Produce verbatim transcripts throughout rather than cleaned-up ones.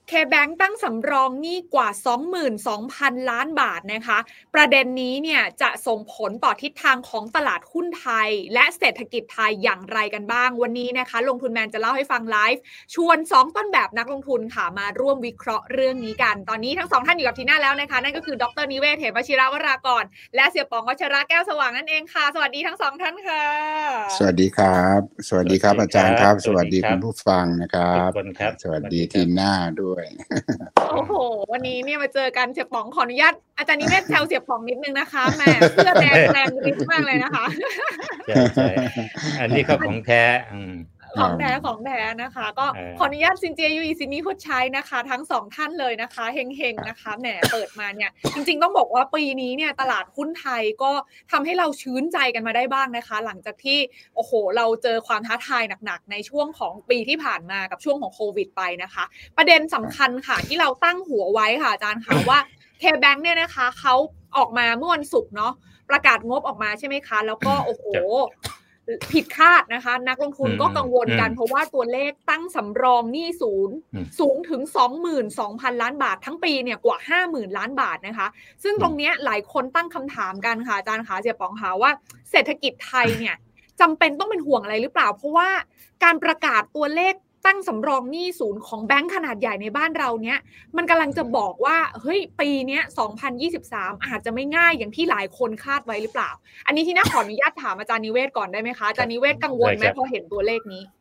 K-Bank ตั้งสำรองหนี้กว่า สองหมื่นสองพัน ล้านบาทนะคะประเด็นนี้เนี่ยจะส่งผลต่อทิศทางของตลาดหุ้นไทยและเศรษฐกิจไทยอย่างไรกันบ้างวันนี้นะคะลงทุนแมนจะเล่าให้ฟังไลฟ์ชวนสองต้นแบบนักลงทุนค่ะมาร่วมวิเคราะห์เรื่องนี้กันตอนนี้ทั้งสองท่านอยู่กับทีน่าแล้วนะคะนั่นก็คือดรนิเวศเหมวชิรวรากรและเสี่ยป๋องวัชระแก้วสว่างนั่นเองค่ะสวัสดีทั้งสองท่านค่ะสวัสดีครับสวัสดีครับอาจารย์ครับสวัสดีคุณผู้ฟังนะครับสวัสดีทีน่าด้วยโอ้โหวันนี้เนี่ยมาเจอกันเสี่ยป๋องขออนุญาตอาจารย์นิเวศแซวเสี่ยป๋องนิดนึงนะคะแหมเสื้อแดงแรงฤทธิ์มากเลยนะคะใช่ใช่อันนี้ก็ของแท้ของแท้ของแท้นะคะก็ขออนุญาตซินเจียยูอีซินี่พูดใช้นะคะทั้งสองท่านเลยนะคะเฮงๆนะคะแหมเปิดมาเนี่ยจริงๆต้องบอกว่าปีนี้เนี่ยตลาดหุ้นไทยก็ทำให้เราชื้นใจกันมาได้บ้างนะคะหลังจากที่โอ้โหเราเจอความท้าทายหนักๆในช่วงของปีที่ผ่านมากับช่วงของโควิดไปนะคะประเด็นสำคัญค่ะที่เราตั้งหัวไว้ค่ะอาจารย์ค่ะว่า K-Bank เนี่ยนะคะเขาออกมาเมื่อวันศุกร์เนาะประกาศงบออกมาใช่ไหมคะแล้วก็โอ้โหผิดคาดนะคะนักลงทุนก็กังวลกันเพราะว่าตัวเลขตั้งสำรองหนี้สูงสูงถึง สองหมื่นสองพัน ล้านบาททั้งปีเนี่ยกว่า ห้าหมื่น ล้านบาทนะคะซึ่งตรงนี้หลายคนตั้งคำถามกันค่ะอาจารย์คะเสี่ยป๋องคะว่าเศรษฐกิจไทยเนี่ยจำเป็นต้องเป็นห่วงอะไรหรือเปล่าเพราะว่าการประกาศตัวเลขตั้งสำรองหนี้ศูนย์ของแบงก์ขนาดใหญ่ในบ้านเราเนี้ยมันกำลังจะบอกว่าเฮ้ยปีเนี้ยสองพันยี่สิบสามอาจจะไม่ง่ายอย่างที่หลายคนคาดไว้หรือเปล่าอันนี้ที่น่าขออนุญาตถามอาจารย์นิเวศก่อนได้ไหมคะอาจารย์นิเวศกังวลไหมพอเห็นตัวเลขนี้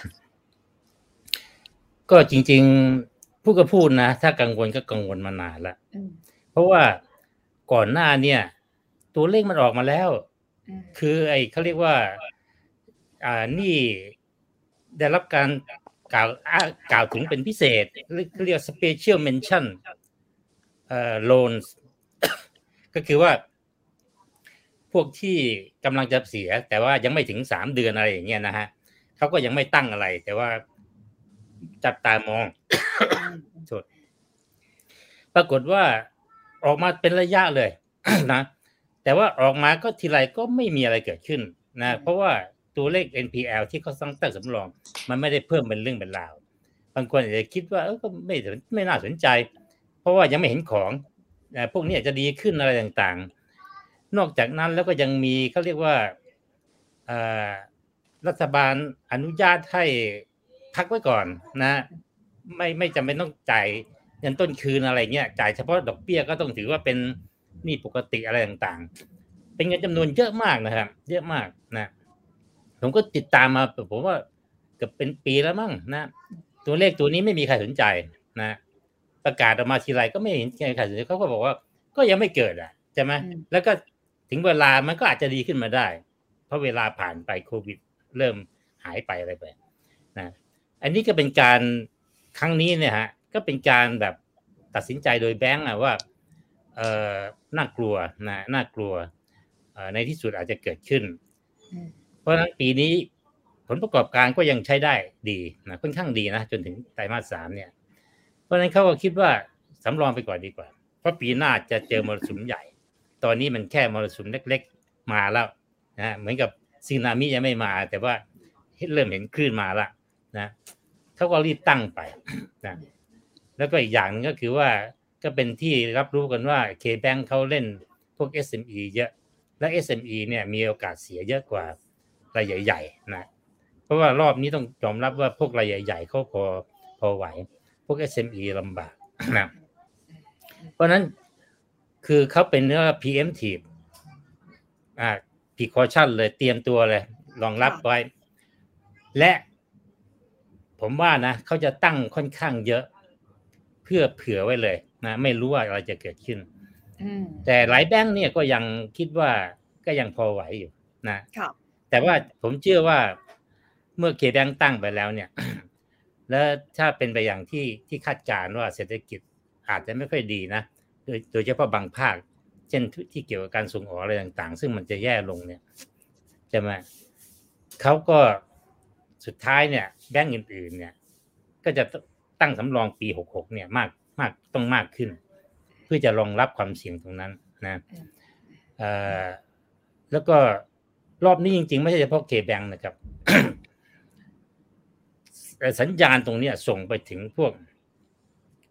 ก็จริงๆพูดก็พูดนะถ้ากังวลก็กังวลมานานแล้วเพราะว่าก่อนหน้าเนี่ยตัวเลขมันออกมาแล้วคือไอ้เขาเรียกว่าอ่านี่ได้รับการกล่าวกล่าวถึงเป็นพิเศษเรียก special mention เอ่อ loans ก็คือว่าพวกที่กำลังจะเสียแต่ว่ายังไม่ถึงสามเดือนอะไรอย่างเงี้ยนะฮะเขาก็ยังไม่ตั้งอะไรแต่ว่าจับตามอง ปรากฏว่าออกมาเป็นระยะเลย นะ แต่ว่าออกมาก็ทีไรก็ไม่มีอะไรเกิดขึ้นนะเพราะว่าตัวเลข เอ็น พี แอล ที่เขาตั้งตั้งสำรองมันไม่ได้เพิ่มเป็นเรื่องเป็นราวบางคนอาจจะคิดว่าเออก็ไม่ไม่น่าสนใจเพราะว่ายังไม่เห็นของนะพวกนี้อาจจะดีขึ้นอะไรต่างๆนอกจากนั้นแล้วก็ยังมีเขาเรียกว่าเอ่อรัฐบาลอนุญาตให้พักไว้ก่อนนะไม่ไม่จำเป็นต้องจ่ายเงินต้นคืนอะไรเงี้ยจ่ายเฉพาะดอกเบี้ยก็ต้องถือว่าเป็นหนี้ปกติอะไรต่างๆเป็นเงินจำนวนเยอะมากนะครับเยอะมากนะผมก็ติดตามมาผมว่าเกือบเป็นปีแล้วมั้งนะตัวเลขตัวนี้ไม่มีใครสนใจนะประกาศออกมาทีไรก็ไม่เห็นใครสนใจเขาก็บอกว่าก็ยังไม่เกิดอ่ะใช่ไหมแล้วก็ถึงเวลามันก็อาจจะดีขึ้นมาได้เพราะเวลาผ่านไปโควิดเริ่มหายไปอะไรไปนะอันนี้ก็เป็นการครั้งนี้เนี่ยฮะก็เป็นการแบบตัดสินใจโดยแบงก์อะว่าเอ่อน่ากลัวนะน่ากลัวเอ่อในที่สุดอาจจะเกิดขึ้นเพราะฉะนั้นปีนี้ผลประกอบการก็ยังใช้ได้ดีนะค่อนข้างดีนะจนถึงไตรมาสสามเนี่ยเพราะฉะนั้นเขาก็คิดว่าสำรองไปก่อนดีกว่าเพราะปีหน้าจะเจอมรสุมใหญ่ตอนนี้มันแค่มรสุมเล็กๆมาแล้วนะเหมือนกับสึนามิยังไม่มาแต่ว่าเริ่มเห็นคลื่นมาแล้วนะเขาก็รีบตั้งไปนะแล้วก็อีกอย่างนึงก็คือว่าก็เป็นที่รับรู้กันว่า K-Bank เขาเล่นพวก เอส เอ็ม อี เยอะและ เอส เอ็ม อี เนี่ยมีโอกาสเสียเยอะกว่ารายใหญ่ๆนะเพราะว่ารอบนี้ต้องยอมรับว่าพวกรายใหญ่ๆเขาพอพอไหวพวก เอส เอ็ม อี ลำบากนะเพราะนั้นคือเขาเป็นเนื้อ preemptive อ่า precaution เลยเตรียมตัวเลยรองรับไว้และผมว่านะเขาจะตั้งค่อนข้างเยอะเพื่อเผื่อไว้เลยนะไม่รู้ว่าอะไรจะเกิดขึ้นแต่หลายแบงค์เนี่ยก็ยังคิดว่าก็ยังพอไหวอยู่นะแต่ว่าผมเชื่อว่าเมื่อ K-Bank ตั้งไปแล้วเนี่ย แล้วถ้าเป็นไปอย่างที่ที่คาดการณ์ว่าเศรษฐกิจอาจจะไม่ค่อยดีนะโดยโดยเฉพาะบางภาคเช่นที่เกี่ยวกับการส่งออกอะไรต่างๆซึ่งมันจะแย่ลงเนี่ยใช่ไหมเขาก็สุดท้ายเนี่ยแบงก์อื่นๆเนี่ยก็จะตั้งสำรองปีหกสิบหกเนี่ยมากมากต้องมากขึ้นเพื่อจะรองรับความเสี่ยงตรงนั้นนะเอ่อแล้วก็รอบนี้จริงๆไม่ใช่เฉพาะ K-Bank นะครับ สัญญาณตรงนี้ส่งไปถึงพวก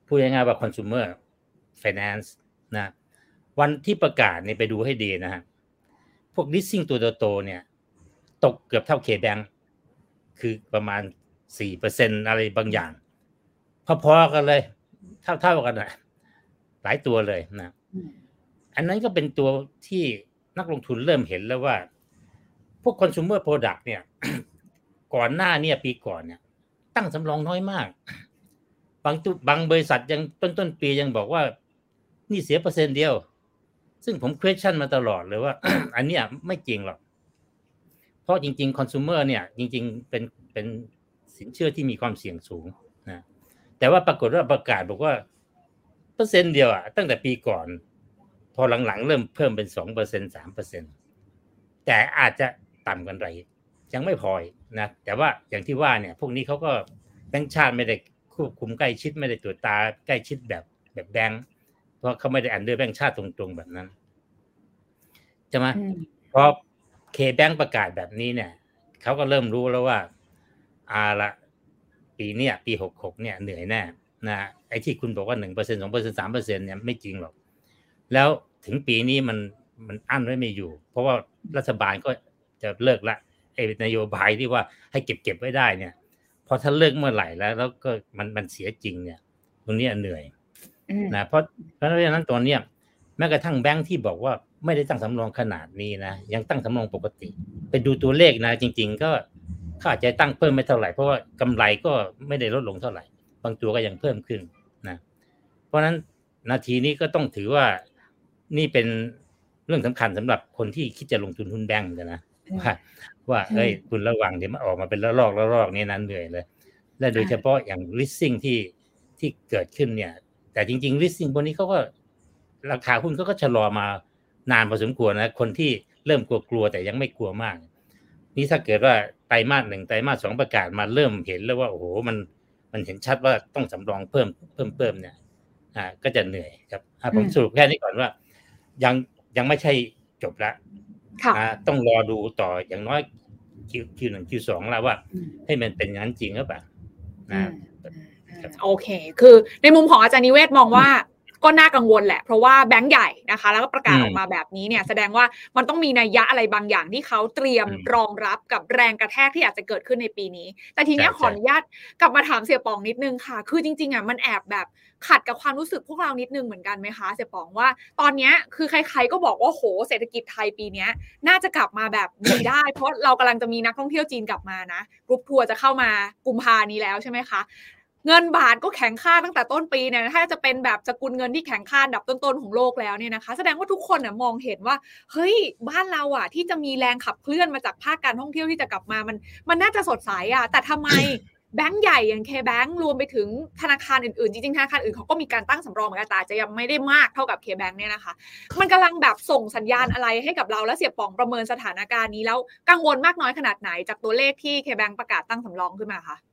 พูดง่ายๆว่า consumer finance นะวันที่ประกาศเนี่ยไปดูให้ดีนะฮะพวก leasing ตัวโตๆเนี่ยตกเกือบเท่า K-Bank คือประมาณ สี่เปอร์เซ็นต์ อะไรบางอย่างพอๆกันเลยเท่าๆกันนะหลายตัวเลยนะอันนั้นก็เป็นตัวที่นักลงทุนเริ่มเห็นแล้วว่าพวก consumer product เนี่ย ก่อนหน้าเนี่ยปีก่อนเนี่ยตั้งสำรองน้อยมากบางตุบางบริษัทยังต้นต้นปียังบอกว่านี่เสียเปอร์เซ็นต์เดียวซึ่งผม question มาตลอดเลยว่า อันเนี้ยไม่จริงหรอกเพราะจริงๆ consumer เนี่ยจริงๆเป็นเป็นสินเชื่อที่มีความเสี่ยงสูงนะแต่ว่าปรากฏว่าประกาศบอกว่าเปอร์เซ็นต์เดียวอ่ะตั้งแต่ปีก่อนพอหลังๆเริ่มเพิ่มเป็น สองเปอร์เซ็นต์ สามเปอร์เซ็นต์ แต่อาจจะต่ำกันไปยังไม่พอนะแต่ว่าอย่างที่ว่าเนี่ยพวกนี้เขาก็แบงก์ชาติไม่ได้ควบคุมใกล้ชิดไม่ได้ตรวจตาใกล้ชิดแบบแบบแบงก์เพราะเขาไม่ได้อันเดอร์แบงก์ชาติตรงๆแบบนั้นใช่ไหมพอเคแบงก์ประกาศแบบนี้เนี่ยเขาก็เริ่มรู้แล้วว่าอาละปีเนี้ยปีหกสิบหกเนี่ยเหนื่อยแน่นะไอ้ที่คุณบอกว่า หนึ่งเปอร์เซ็นต์ สองเปอร์เซ็นต์ สามเปอร์เซ็นต์ เนี่ยไม่จริงหรอกแล้วถึงปีนี้มันมันอั้นไว้ไม่อยู่เพราะว่ารัฐบาลก็จะเลิกละไอ้นโยบายที่ว่าให้เก็บเก็บไว้ได้เนี่ยพอถ้าเลิกเมื่อไหร่แล้วแล้วก็มันมันเสียจริงเนี่ยตรงนี้เหนื่อยนะเพราะเพราะฉะนั้นตอนเนี้ยแม้กระทั่งแบงค์ที่บอกว่าไม่ได้ตั้งสำรองขนาดนี้นะยังตั้งสำรองปกติไปดูตัวเลขนะจริงๆก็เขาอาจจะตั้งเพิ่มไม่เท่าไหร่เพราะว่ากำไรก็ไม่ได้ลดลงเท่าไหร่บางตัวก็ยังเพิ่มขึ้นนะเพราะฉะนั้นนาทีนี้ก็ต้องถือว่านี่เป็นเรื่องสำคัญสำหรับคนที่คิดจะลงทุนหุ้นแบงก์นะว่าว่าเอ้ยคุณระวังเดี๋ยวมันออกมาเป็นระลอกระลอกนี่นั้นเหนื่อยเลยและโดยเฉพาะอย่าง listing ที่ที่เกิดขึ้นเนี่ยแต่จริงๆ listing พวกนี้เขาก็ราคาหุ้นเขาก็ชะลอมานานพอสมควรนะคนที่เริ่มกลัวๆแต่ยังไม่กลัวมากนี่ถ้าเกิดว่าไตรมาสหนึ่งไตรมาสสองประกาศมาเริ่มเห็นแล้วว่าโอ้โหมันมันเห็นชัดว่าต้องสำรองเพิ่มเพิ่มเพิ่มเนี่ยอ่าก็จะเหนื่อยครับผมสรุปแค่นี้ก่อนว่ายังยังไม่ใช่จบละอ่าต้องรอดูต่ออย่างน้อย คิว คิว หนึ่ง คิว สองแล้วว่าให้มันเป็นอย่างนั้นจริงหรือเปล่านะโอเคคือในมุมของอาจารย์นิเวศมองว่าก็น่ากังวลแหละเพราะว่าแบงก์ใหญ่นะคะแล้วก็ประกาศออกมาแบบนี้เนี่ยแสดงว่ามันต้องมีนัยยะอะไรบางอย่างที่เขาเตรียมรองรับกับแรงกระแทกที่อาจจะเกิดขึ้นในปีนี้แต่ทีนี้ขออนุญาตกลับมาถามเสี่ยป๋องนิดนึงค่ะคือจริงๆอ่ะมันแอบแบบขัดกับความรู้สึกพวกเรานิดนึงเหมือนกันไหมคะเสี่ยป๋องว่าตอนนี้คือใครๆก็บอกว่าโหเศรษฐกิจไทยปีนี้น่าจะกลับมาแบบดีได้เพราะเรากำลังจะมีนักท่องเที่ยวจีนกลับมานะกรุ๊ปทัวร์จะเข้ามากุมภานี้แล้วใช่ไหมคะเงินบาทก็แข็งค่าตั้งแต่ต้นปีเนี่ยถ้าจะเป็นแบบสกุลเงินที่แข็งค่าอันดับต้นๆของโลกแล้วเนี่ยนะคะแสดงว่าทุกคนน่ะมองเห็นว่าเฮ้ยบ้านเราอ่ะที่จะมีแรงขับเคลื่อนมาจากภาคการท่องเที่ยวที่จะกลับมามันมันน่าจะสดใสอ่ะแต่ทำไม แบงก์ใหญ่อย่าง K-Bank รวมไปถึงธนาคารอื่นๆจริงๆธนาคารอื่นเขาก็มีการตั้งสำรองเหมือนกันแต่จะยังไม่ได้มากเท่ากับ K-Bank เนี่ยนะคะมันกำลังแบบส่งสัญญาณอะไรให้กับเราและเสี่ยป๋องประเมินสถานการณ์นี้แล้วกังวลมากน้อยขนาดไหนจากตัวเลขที่ K-Bank ประกาศตั้งสำรองขึ้นมาคะ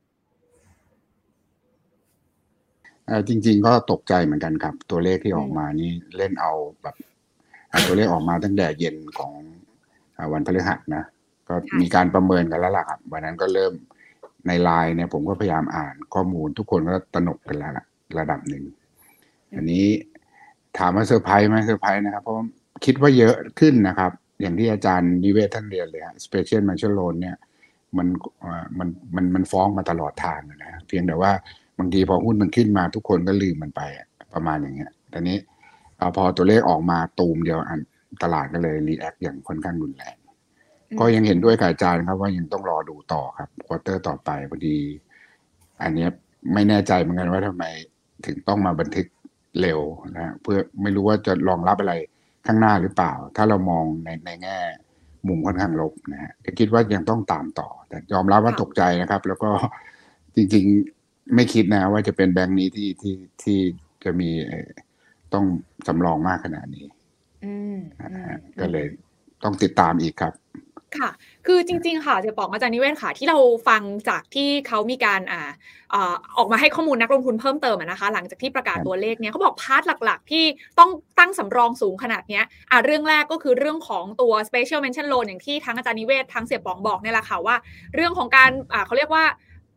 จริงๆก็ตกใจเหมือนกันครับตัวเลขที่ออกมานี่เล่นเอาแบบตัวเลขออกมาตั้งแต่เย็นของวันพฤหัสนะก็มีการประเมินกันแล้วล่ะครับวันนั้นก็เริ่มในไลน์เนี่ยผมก็พยายามอ่านข้อมูลทุกคนก็ตระหนกกันแล้วล่ะระดับหนึ่งอันนี้ถามว่าเซอร์ไพรส์ไหมเซอร์ไพรส์นะครับเพราะคิดว่าเยอะขึ้นนะครับอย่างที่อาจารย์นิเวศท่านเรียนเลยฮะ Special Mention Loan เนี่ยมันมันมันมันฟ้องมาตลอดทางนะเพียงแต่ว่าบางทีพอหุ้นมันขึ้นมาทุกคนก็ลืมมันไปประมาณอย่างเงี้ยตอนนี้พอตัวเลขออกมาตูมเดียวตลาดก็เลยรีแอคอย่างค่อนข้างรุนแรงก็ยังเห็นด้วยกับอาจารย์ครับว่ายังต้องรอดูต่อครับควอเตอร์ต่อไปพอดีอันนี้ไม่แน่ใจเหมือนกันว่าทำไมถึงต้องมาบันทึกเร็วนะเพื่อไม่รู้ว่าจะรองรับอะไรข้างหน้าหรือเปล่าถ้าเรามองในในแง่มุมค่อนข้างลบนะฮะคิดว่ายังต้องตามต่อแต่ยอมรับว่าตกใจนะครับแล้วก็จริงๆไม่คิดนะว่าจะเป็นแบงค์นี้ที่ที่ที่จะมีต้องสำรองมากขนาดนี้ก็เลยต้องติดตามอีกครับค่ะคือจริงๆค่ะจะบอกอาจารย์นิเวศค่ะที่เราฟังจากที่เขามีการอ่าอ่าออกมาให้ข้อมูลนักลงทุนเพิ่มเติมนะคะหลังจากที่ประกาศตัวเลขเนี่ยเขาบอกพาร์ทหลักๆที่ต้องตั้งสำรองสูงขนาดนี้อ่าเรื่องแรกก็คือเรื่องของตัว Special Mention Loan อย่างที่ทั้งอาจารย์นิเวศทั้งเสี่ยป๋องบอกเนี่ยแหละค่ะว่าเรื่องของการอ่าเขาเรียกว่า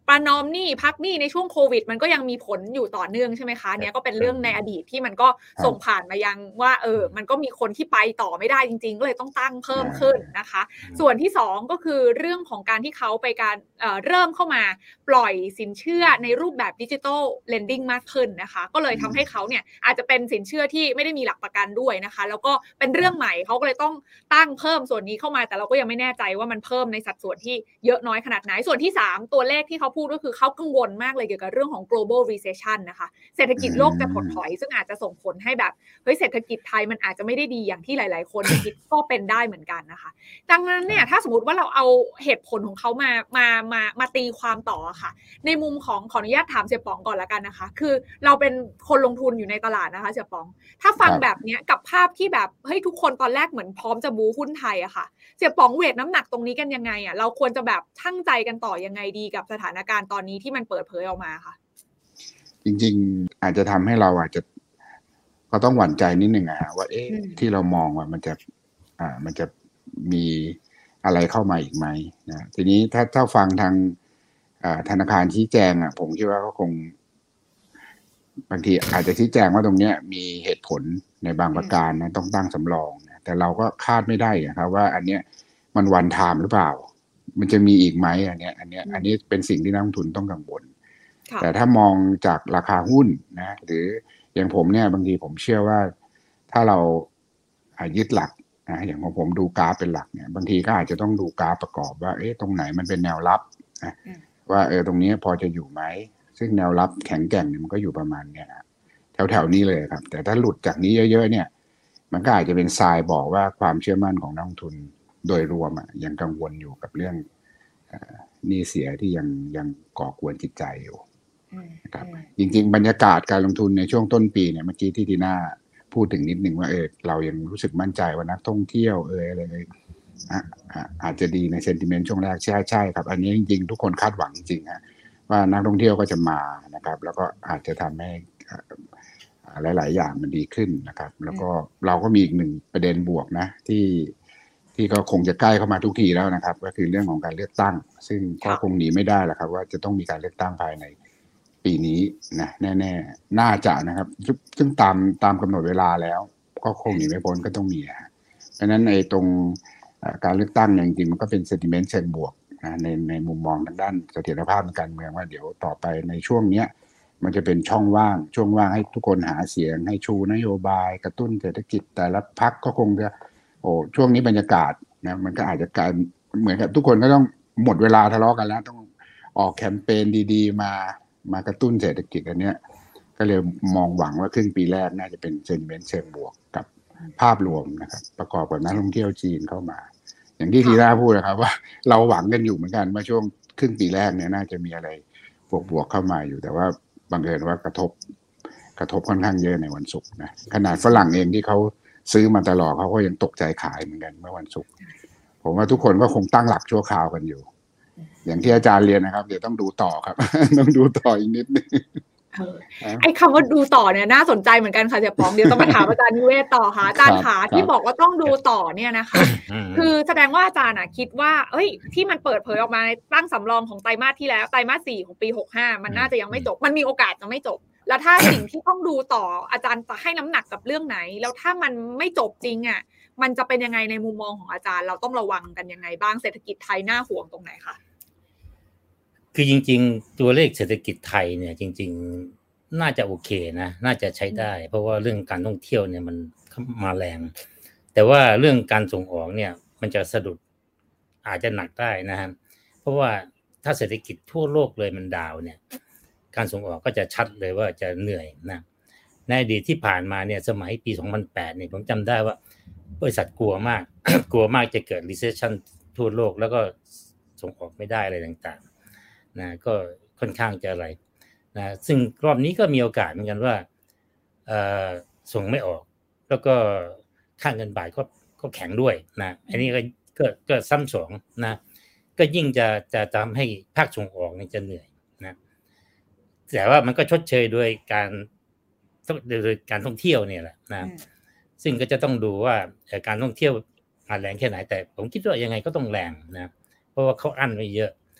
ประนอมหนี้พักหนี้ในช่วงโควิดมันก็ยังมีผลอยู่ต่อเนื่องใช่ไหมคะเนี่ยก็เป็นเรื่องในอดีตที่มันก็ส่งผ่านมายังว่าเออมันก็มีคนที่ไปต่อไม่ได้จริงๆก็เลยต้องตั้งเพิ่มขึ้นนะคะส่วนที่สองก็คือเรื่องของการที่เขาไปการเอ่อเริ่มเข้ามาปล่อยสินเชื่อในรูปแบบดิจิทัลเลนดิ้งมากขึ้นนะคะก็เลยทำให้เขาเนี่ยอาจจะเป็นสินเชื่อที่ไม่ได้มีหลักประกันด้วยนะคะแล้วก็เป็นเรื่องใหม่เขาก็เลยต้องตั้งเพิ่มส่วนนี้เข้ามาแต่เราก็ยังไม่แน่ใจว่ามันเพิ่มในสัดส่วนที่เยอะน้อยขนาดไหนส่วนที่สามตัวเลขที่เขาพูดก็คือเขากังวลมากเลยเกี่ยวกับเรื่องของ global recession นะคะเศรษฐกิจโลกจะถดถอยซึ่งอาจจะส่งผลให้แบบเฮ้ยเศรษฐกิจไทยมันอาจจะไม่ได้ดีอย่างที่หลายๆคนคิดก็เป็นได้เหมือนกันนะคะดังนั้นเนี่ยถ้าสมมติว่าเราเอาเหตุผลของเขามามามามาตีความต่อค่ะในมุมของขออนุญาตถามเสี่ยป๋องก่อนละกันนะคะคือเราเป็นคนลงทุนอยู่ในตลาดนะคะเสี่ยป๋องถ้าฟังแบบนี้กับภาพที่แบบเฮ้ยทุกคนตอนแรกเหมือนพร้อมจะบู๊หุ้นไทยอะค่ะเสี่ยป๋องเวทน้ำหนักตรงนี้กันยังไงอะเราควรจะแบบชั่งใจกันต่อยังไงดีกับสถานการณ์ตอนนี้ที่มันเปิดเผยออกมาค่ะจริงๆอาจจะทำให้เราอาจจะก็ต้องหวั่นใจนิดนึงอะฮะว่าเอ๊ะที่เรามองว่ามันจะอ่ามันจะมีอะไรเข้ามาอีกไหมนะทีนี้ถ้าถ้าฟังทางธนาคารชี้แจงอ่ะผมคิดว่าก็คงบางทีอาจจะชี้แจงว่าตรงเนี้ยมีเหตุผลในบางประการนะต้องตั้งสำรองนะแต่เราก็คาดไม่ได้นะครับว่าอันเนี้ยมันวันไทม์หรือเปล่ามันจะมีอีกไหมอันเนี้ยอันเนี้ยอันนี้เป็นสิ่งที่นักลงทุนต้องกังวลแต่ถ้ามองจากราคาหุ้นนะหรืออย่างผมเนี่ยบางทีผมเชื่อว่าถ้าเรายึดหลักนะอย่างของผมดูกราฟเป็นหลักเนี่ยบางทีก็อาจจะต้องดูกราฟประกอบว่าเอ๊ะตรงไหนมันเป็นแนวรับนะว่าเออตรงนี้พอจะอยู่ไหมซึ่งแนวรับแข็งแกร่งเนี่ยมันก็อยู่ประมาณเนี้ยแถวๆนี้เลยครับแต่ถ้าหลุดจากนี้เยอะๆเนี่ยมันก็อาจจะเป็นทรายบอกว่าความเชื่อมั่นของนักลงทุนโดยรวมอ่ะยังกังวลอยู่กับเรื่องหนี้เสียที่ยังยังก่อกวนจิตใจอยู่นะครับจริงๆบรรยากาศการลงทุนในช่วงต้นปีเนี่ยเมื่อกี้ที่ทีน่าพูดถึงนิดนึงว่าเออเรายังรู้สึกมั่นใจว่านักท่องเที่ยวเอออะไรเลยอาจจะดีในเซนติเมนต์ช่วงแรกใช่ใช่ครับอันนี้จริงๆทุกคนคาดหวังจริงฮะว่านักท่องเที่ยวก็จะมานะครับแล้วก็อาจจะทำให้หลายๆอย่างมันดีขึ้นนะครับแล้วก็เราก็มีอีกหนึ่งประเด็นบวกนะที่ที่ก็คงจะใกล้เข้ามาทุกทีแล้วนะครับก็คือเรื่องของการเลือกตั้งซึ่งก็คงหนีไม่ได้แหละครับว่าจะต้องมีการเลือกตั้งภายในปีนี้นะแน่ๆน่าจะนะครับซึ่งตามตามกำหนดเวลาแล้วก็คงหนีไม่พ้นก็ต้องมีเพราะฉะนั้นในตรงการเลือกตั้งเนี่ยจริงๆมันก็เป็นเซนติเมนต์เชิงบวกนะในในมุมมองทางด้านเสถียรภาพทางการเมืองว่าเดี๋ยวต่อไปในช่วงเนี้ยมันจะเป็นช่องว่างช่วงว่างให้ทุกคนหาเสียงให้ชูนโยบายกระตุ้นเศรษฐกิจแต่ละพรรคก็คงจะโอ้ช่วงนี้บรรยากาศนะมันก็อาจจะกลายเหมือนกับทุกคนก็ต้องหมดเวลาทะเลาะกันแล้วต้องออกแคมเปญดีๆมามากระตุ้นเศรษฐกิจอันเนี้ยก็เลยมองหวังว่าครึ่งปีแรกน่าจะเป็นเซนติเมนต์เชิงบวกกับภาพรวมนะครับประกอบกับนักท่องเที่ยวจีนเข้ามาอย่างที่ทีน่าพูดนะครับว่าเราหวังกันอยู่เหมือนกันว่าช่วงครึ่งปีแรกเนี่ยน่าจะมีอะไรบวกๆเข้ามาอยู่แต่ว่าบังเอิญว่ากระทบกระทบค่อนข้างเยอะในวันศุกร์นะขนาดฝรั่งเองที่เขาซื้อมาตลอดเขาก็ยังตกใจขายเหมือนกันเมื่อวันศุกร์ผมว่าทุกคนก็คงตั้งหลักชั่วคราวกันอยู่อย่างที่อาจารย์เรียนนะครับเดี๋ยวต้องดูต่อครับ ต้องดูต่ออีกนิดนึงไอ้คำว่าดูต่อเนี่ยน่าสนใจเหมือนกันค่ะเสี่ยป๋องเดี๋ยวต้องมาถามอาจารย์นิเวศต่อค่ะอาจารย์ขาที่บอกว่าต้องดูต่อเนี่ยนะคะคือแสดงว่าอาจารย์อ่ะคิดว่าเอ้ยที่มันเปิดเผยออกมาในตั้งสำรองของไตรมาสที่แล้วไตรมาสสี่ของปีหกสิบห้ามันน่าจะยังไม่จบมันมีโอกาสจะไม่จบแล้วถ้าสิ่งที่ต้องดูต่ออาจารย์จะให้น้ำหนักกับเรื่องไหนแล้วถ้ามันไม่จบจริงอ่ะมันจะเป็นยังไงในมุมมองของอาจารย์เราต้องระวังกันยังไงบ้างเศรษฐกิจไทยน่าห่วงตรงไหนคะคือจริงๆตัวเลขเศรษฐกิจไทยเนี่ยจริงๆน่าจะโอเคนะน่าจะใช้ได้เพราะว่าเรื่องการท่องเที่ยวเนี่ยมันมาแรงแต่ว่าเรื่องการส่งออกเนี่ยมันจะสะดุดอาจจะหนักได้นะฮะเพราะว่าถ้าเศรษฐกิจทั่วโลกเลยมันดาวเนี่ยการส่งออกก็จะชัดเลยว่าจะเหนื่อยนะในอดีตที่ผ่านมาเนี่ยสมัยปีสองพันแปดเนี่ยผมจำได้ว่าบริษัทกลัวมาก กลัวมากจะเกิด recession ทั่วโลกแล้วก็ส่งออกไม่ได้อะไรต่างๆนะก็ค่อนข้างจะอะไรนะซึ่งรอบนี้ก็มีโอกาสเหมือนกันว่าเอ่อส่งไม่ออกแล้วก็ค่าเงินบาทก็ก็แข็งด้วยนะอันนี้ก็ก็ก็ซ้ำสองนะก็ยิ่งจะจะทำให้ภาคส่งออกนี่จะเหนื่อยนะแต่ว่ามันก็ชดเชยโดยการโดยการท่องเที่ยวเนี่ยแหละนะซึ่งก็จะต้องดูว่าการท่องเที่ยวมาแรงแค่ไหนแต่ผมคิดว่ายังไงก็ต้องแรงนะเพราะว่าเขาอั้นไว้เยอะ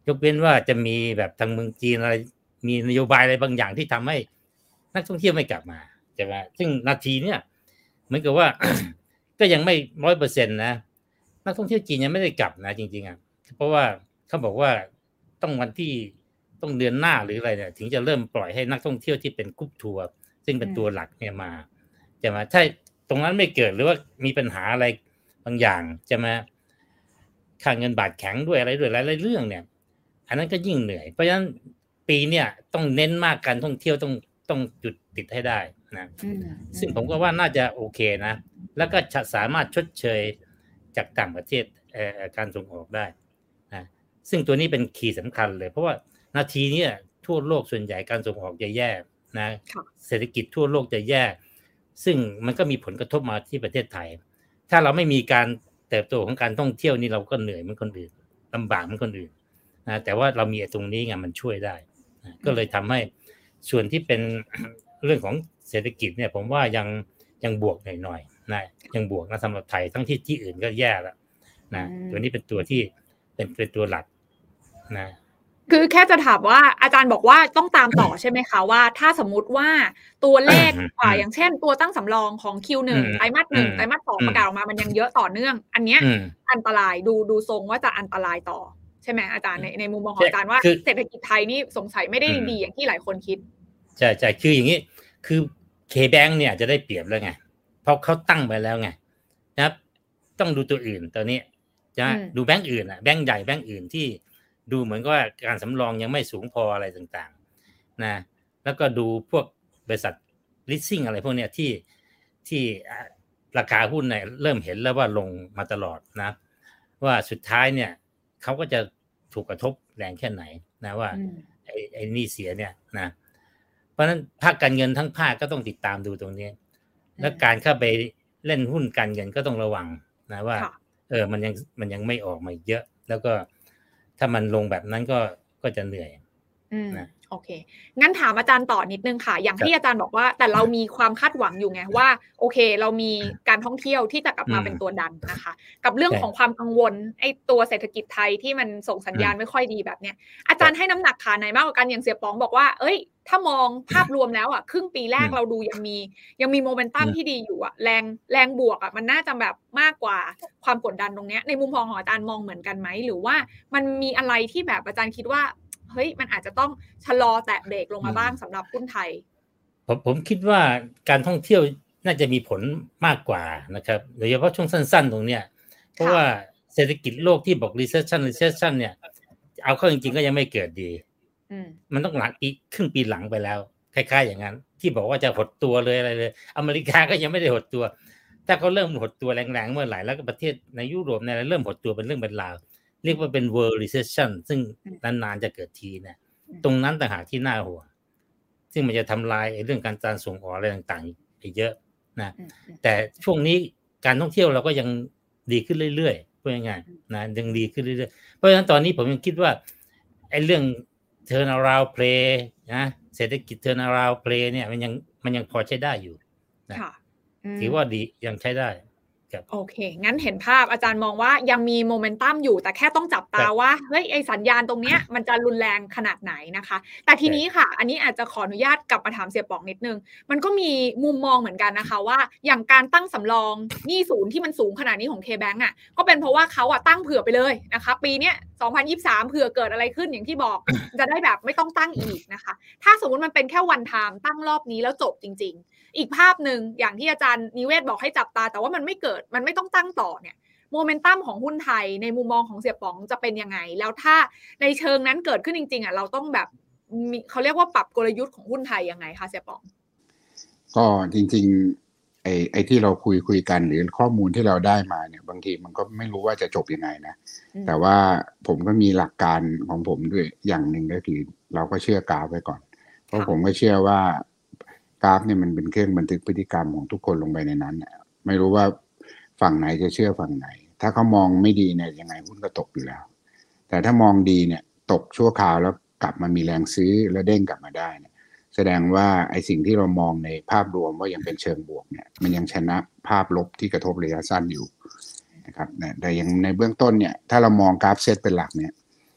ยกเว้นว่าจะมีแบบทางเมืองจีนอะไรมีนโยบายอะไรบางอย่างที่ทำให้นักท่องเที่ยวไม่กลับมาใช่ไหมซึ่งนาทีเนี่ยเหมือนกับว่า ก็ยังไม่ร้อยเปอร์เซ็นต์นะนักท่องเที่ยวจีนยังไม่ได้กลับนะจริงๆอ่ะเพราะว่าเขาบอกว่าต้องวันที่ต้องเดือนหน้าหรืออะไรเนี่ยถึงจะเริ่มปล่อยให้นักท่องเที่ยวที่เป็นกรุ๊ปทัวร์ซึ่งเป็นตัวหลักเนี่ยมาจะมาถ้าตรงนั้นไม่เกิดหรือว่ามีปัญหาอะไรบางอย่างจะมาค่าเงินบาทแข็งด้วยอะไรด้วยหลายๆเรื่องเนี่ยอันนั้นก็ยิ่งเหนื่อยเพราะฉะนั้นปีเนี่ยต้องเน้นมากการท่องเที่ยวต้องต้องจุดติดให้ได้นะซึ่งผมก็ว่าน่าจะโอเคนะแล้วก็สามารถชดเชยจากต่างประเทศการส่งออกได้นะซึ่งตัวนี้เป็นคีย์สำคัญเลยเพราะว่านาทีนี้ทั่วโลกส่วนใหญ่การส่งออกจะแย่นะเศรษฐกิจทั่วโลกจะแย่ซึ่งมันก็มีผลกระทบมาที่ประเทศไทยถ้าเราไม่มีการเติบโตของการท่องเที่ยวนี่เราก็เหนื่อยเหมือนคนอื่นลำบากเหมือนคนอื่นนะแต่ว่าเรามีตรงนี้ไงมันช่วยได้นะก็เลยทำให้ส่วนที่เป็น เรื่องของเศรษฐกิจเนี่ยผมว่ายังยังบวกหน่อยๆนะยังบวกนะสำหรับไทยทั้งที่ที่อื่นก็แย่แล้วนะตัวนี้เป็นตัวที่เป็นเป็นตัวหลักนะคือแค่จะถามว่าอาจารย์บอกว่าต้องตามต่อใช่ไหมคะว่าถ้าสมมุติว่าตัวเลขอ่าอย่างเช่นตัวตั้งสำรองของ คิว หนึ่ง ไตรมาสหนึ่งไตรมาสสองประกาศออกมามันยังเยอะต่อเนื่องอันเนี้ยอันตรายดูดูทรงว่าจะอันตรายต่อใช่ไหมอาจารย์ในในมุมมองของอาจารย์ว่าเศรษฐกิจไทยนี่สงสัยไม่ได้ดีอย่างที่หลายคนคิดใช่ใช่คืออย่างนี้คือ K-Bank เนี่ยจะได้เปรียบแล้วไงเพราะเขาตั้งไปแล้วไงนะครับต้องดูตัวอื่นตอนนี้จะดูแบงก์อื่นอ่ะแบงก์ใหญ่แบงก์อื่นที่ดูเหมือนว่าการสำรองยังไม่สูงพออะไรต่างๆนะแล้วก็ดูพวกบริษัท leasing อะไรพวกเนี้ยที่ที่ราคาหุ้นเนี่ยเริ่มเห็นแล้วว่าลงมาตลอดนะว่าสุดท้ายเนี่ยเขาก็จะถูกกระทบแรงแค่ไหนนะว่าไอ้ไอ้นี่เสียเนี่ยนะเพราะฉะนั้นภาคการเงินทั้งภาคก็ต้องติดตามดูตรงนี้และการเข้าไปเล่นหุ้นการเงินก็ต้องระวังนะว่าเออมันยังมันยังไม่ออกมาเยอะแล้วก็ถ้ามันลงแบบนั้นก็ก็จะเหนื่อยนะโอเคงั้นถามอาจารย์ต่อนิดนึงค่ะอย่างที่อาจารย์บอกว่าแต่เรามีความคาดหวังอยู่ไงว่าโอเคเรามีการท่องเที่ยวที่จะกลับมาเป็นตัวดันนะคะกับเรื่องของความกังวลไอ้ตัวเศรษฐกิจไทยที่มันส่งสัญญาณไม่ค่อยดีแบบเนี้ยอาจารย์ให้น้ำหนักขาไหนมากกว่ากันอย่างเสียป๋องบอกว่าเอ้ยถ้ามองภาพรวมแล้วอ่ะครึ่งปีแรกเราดูยังมียังมีโมเมนตัมที่ดีอยู่อ่ะแรงแรงบวกอ่ะมันน่าจะแบบมากกว่าความกดดันตรงเนี้ยในมุมมองของอาจารย์มองเหมือนกันไหมหรือว่ามันมีอะไรที่แบบอาจารย์คิดว่าเฮ้ยมันอาจจะต้องชะลอแตะเบรกลงมาบ้างสำหรับหุ้นไทยผมผมคิดว่าการท่องเที่ยวน่าจะมีผลมากกว่านะครับโดยเฉพาะช่วงสั้นๆตรงเนี้ยเพราะว่าเศรษฐกิจโลกที่บอก recession recession เนี่ยเอาเข้าจริงๆก็ยังไม่เกิดดีมันต้องหลังอีกครึ่งปีหลังไปแล้วคล้ายๆอย่างนั้นที่บอกว่าจะหดตัวเลยอะไรเลยอเมริกาก็ยังไม่ได้หดตัวถ้าเขาเริ่มหดตัวแรงๆเมื่อไหร่แล้วก็ประเทศในยุโรปเนี่ยเริ่มหดตัวเป็นเรื่องเป็นราวเรียกว่าเป็น world recession ซึ่งนานๆจะเกิดทีนะตรงนั้นต่างหากที่น่าห่วงซึ่งมันจะทำลายเรื่องการการส่งออกอะไรต่างๆไปเยอะนะแต่ช่วงนี้การท่องเที่ยวเราก็ยังดีขึ้นเรื่อยๆพูดง่ายๆนะยังดีขึ้นเรื่อยๆเพราะฉะนั้นตอนนี้ผมยังคิดว่าไอ้เรื่อง turn around play นะเศรษฐกิจ turn around play เนี่ยมันยังมันยังพอใช้ได้อยู่นะถือว่าดียังใช้ได้โอเคงั้นเห็นภาพอาจารย์มองว่ายังมีโมเมนตัมอยู่แต่แค่ต้องจับตาว่าเฮ้ยไอสัญญาณตรงเนี้ยมันจะรุนแรงขนาดไหนนะคะแต่ทีนี้ค่ะอันนี้อาจจะขออนุญาตกลับมาถามเสียป๋องนิดนึงมันก็มีมุมมองเหมือนกันนะคะว่าอย่างการตั้งสำรองหนี้ศูนย์ที่มันสูงขนาดนี้ของ K-Bank อ่ะก็เป็นเพราะว่าเขาอ่ะตั้งเผื่อไปเลยนะคะปีเนี้ยสองพันยี่สิบสามเผื่อเกิดอะไรขึ้นอย่างที่บอกจะได้แบบไม่ต้องตั้งอีกนะคะถ้าสมมติมันเป็นแค่วันไทม์ตั้งรอบนี้แล้วจบจริงๆอีกภาพหนึ่งอย่างที่อาจารย์นิเวศบอกให้จับตาแต่ว่ามันไม่เกิดมันไม่ต้องตั้งต่อเนี่ยโมเมนตัมของหุ้นไทยในมุมมองของเสี่ยป๋องจะเป็นยังไงแล้วถ้าในเชิงนั้นเกิดขึ้นจริงๆอ่ะเราต้องแบบเขาเรียกว่าปรับกลยุทธ์ของหุ้นไทยยังไงคะเสี่ยป๋องก็จริงๆไอ้ไอ้ที่เราคุยคุยกันหรือข้อมูลที่เราได้มาเนี่ยบางทีมันก็ไม่รู้ว่าจะจบยังไงนะแต่ว่าผมก็มีหลักการของผมด้วยอย่างหนึ่งก็คือเราก็เชื่อกราฟไว้ก่อนเพราะผมก็เชื่อว่ากราฟเนี่ยมันเป็นเครื่องบันทึกพฤติกรรมของทุกคนลงไปในนั้นไม่รู้ว่าฝั่งไหนจะเชื่อฝั่งไหนถ้าเขามองไม่ดีเนี่ยยังไงหุ้นก็ตกอยู่แล้วแต่ถ้ามองดีเนี่ยตกชั่วคราวแล้วกลับมามีแรงซื้อแล้วเด้งกลับมาได้เนี่ยแสดงว่าไอ้สิ่งที่เรามองในภาพรวมว่ายังเป็นเชิงบวกเนี่ยมันยังชนะภาพลบที่กระทบระยะสั้นอยู่นะครับแต่ยังในเบื้องต้นเนี่ยถ้าเรามองกราฟเซตเป็นหลักเนี่ย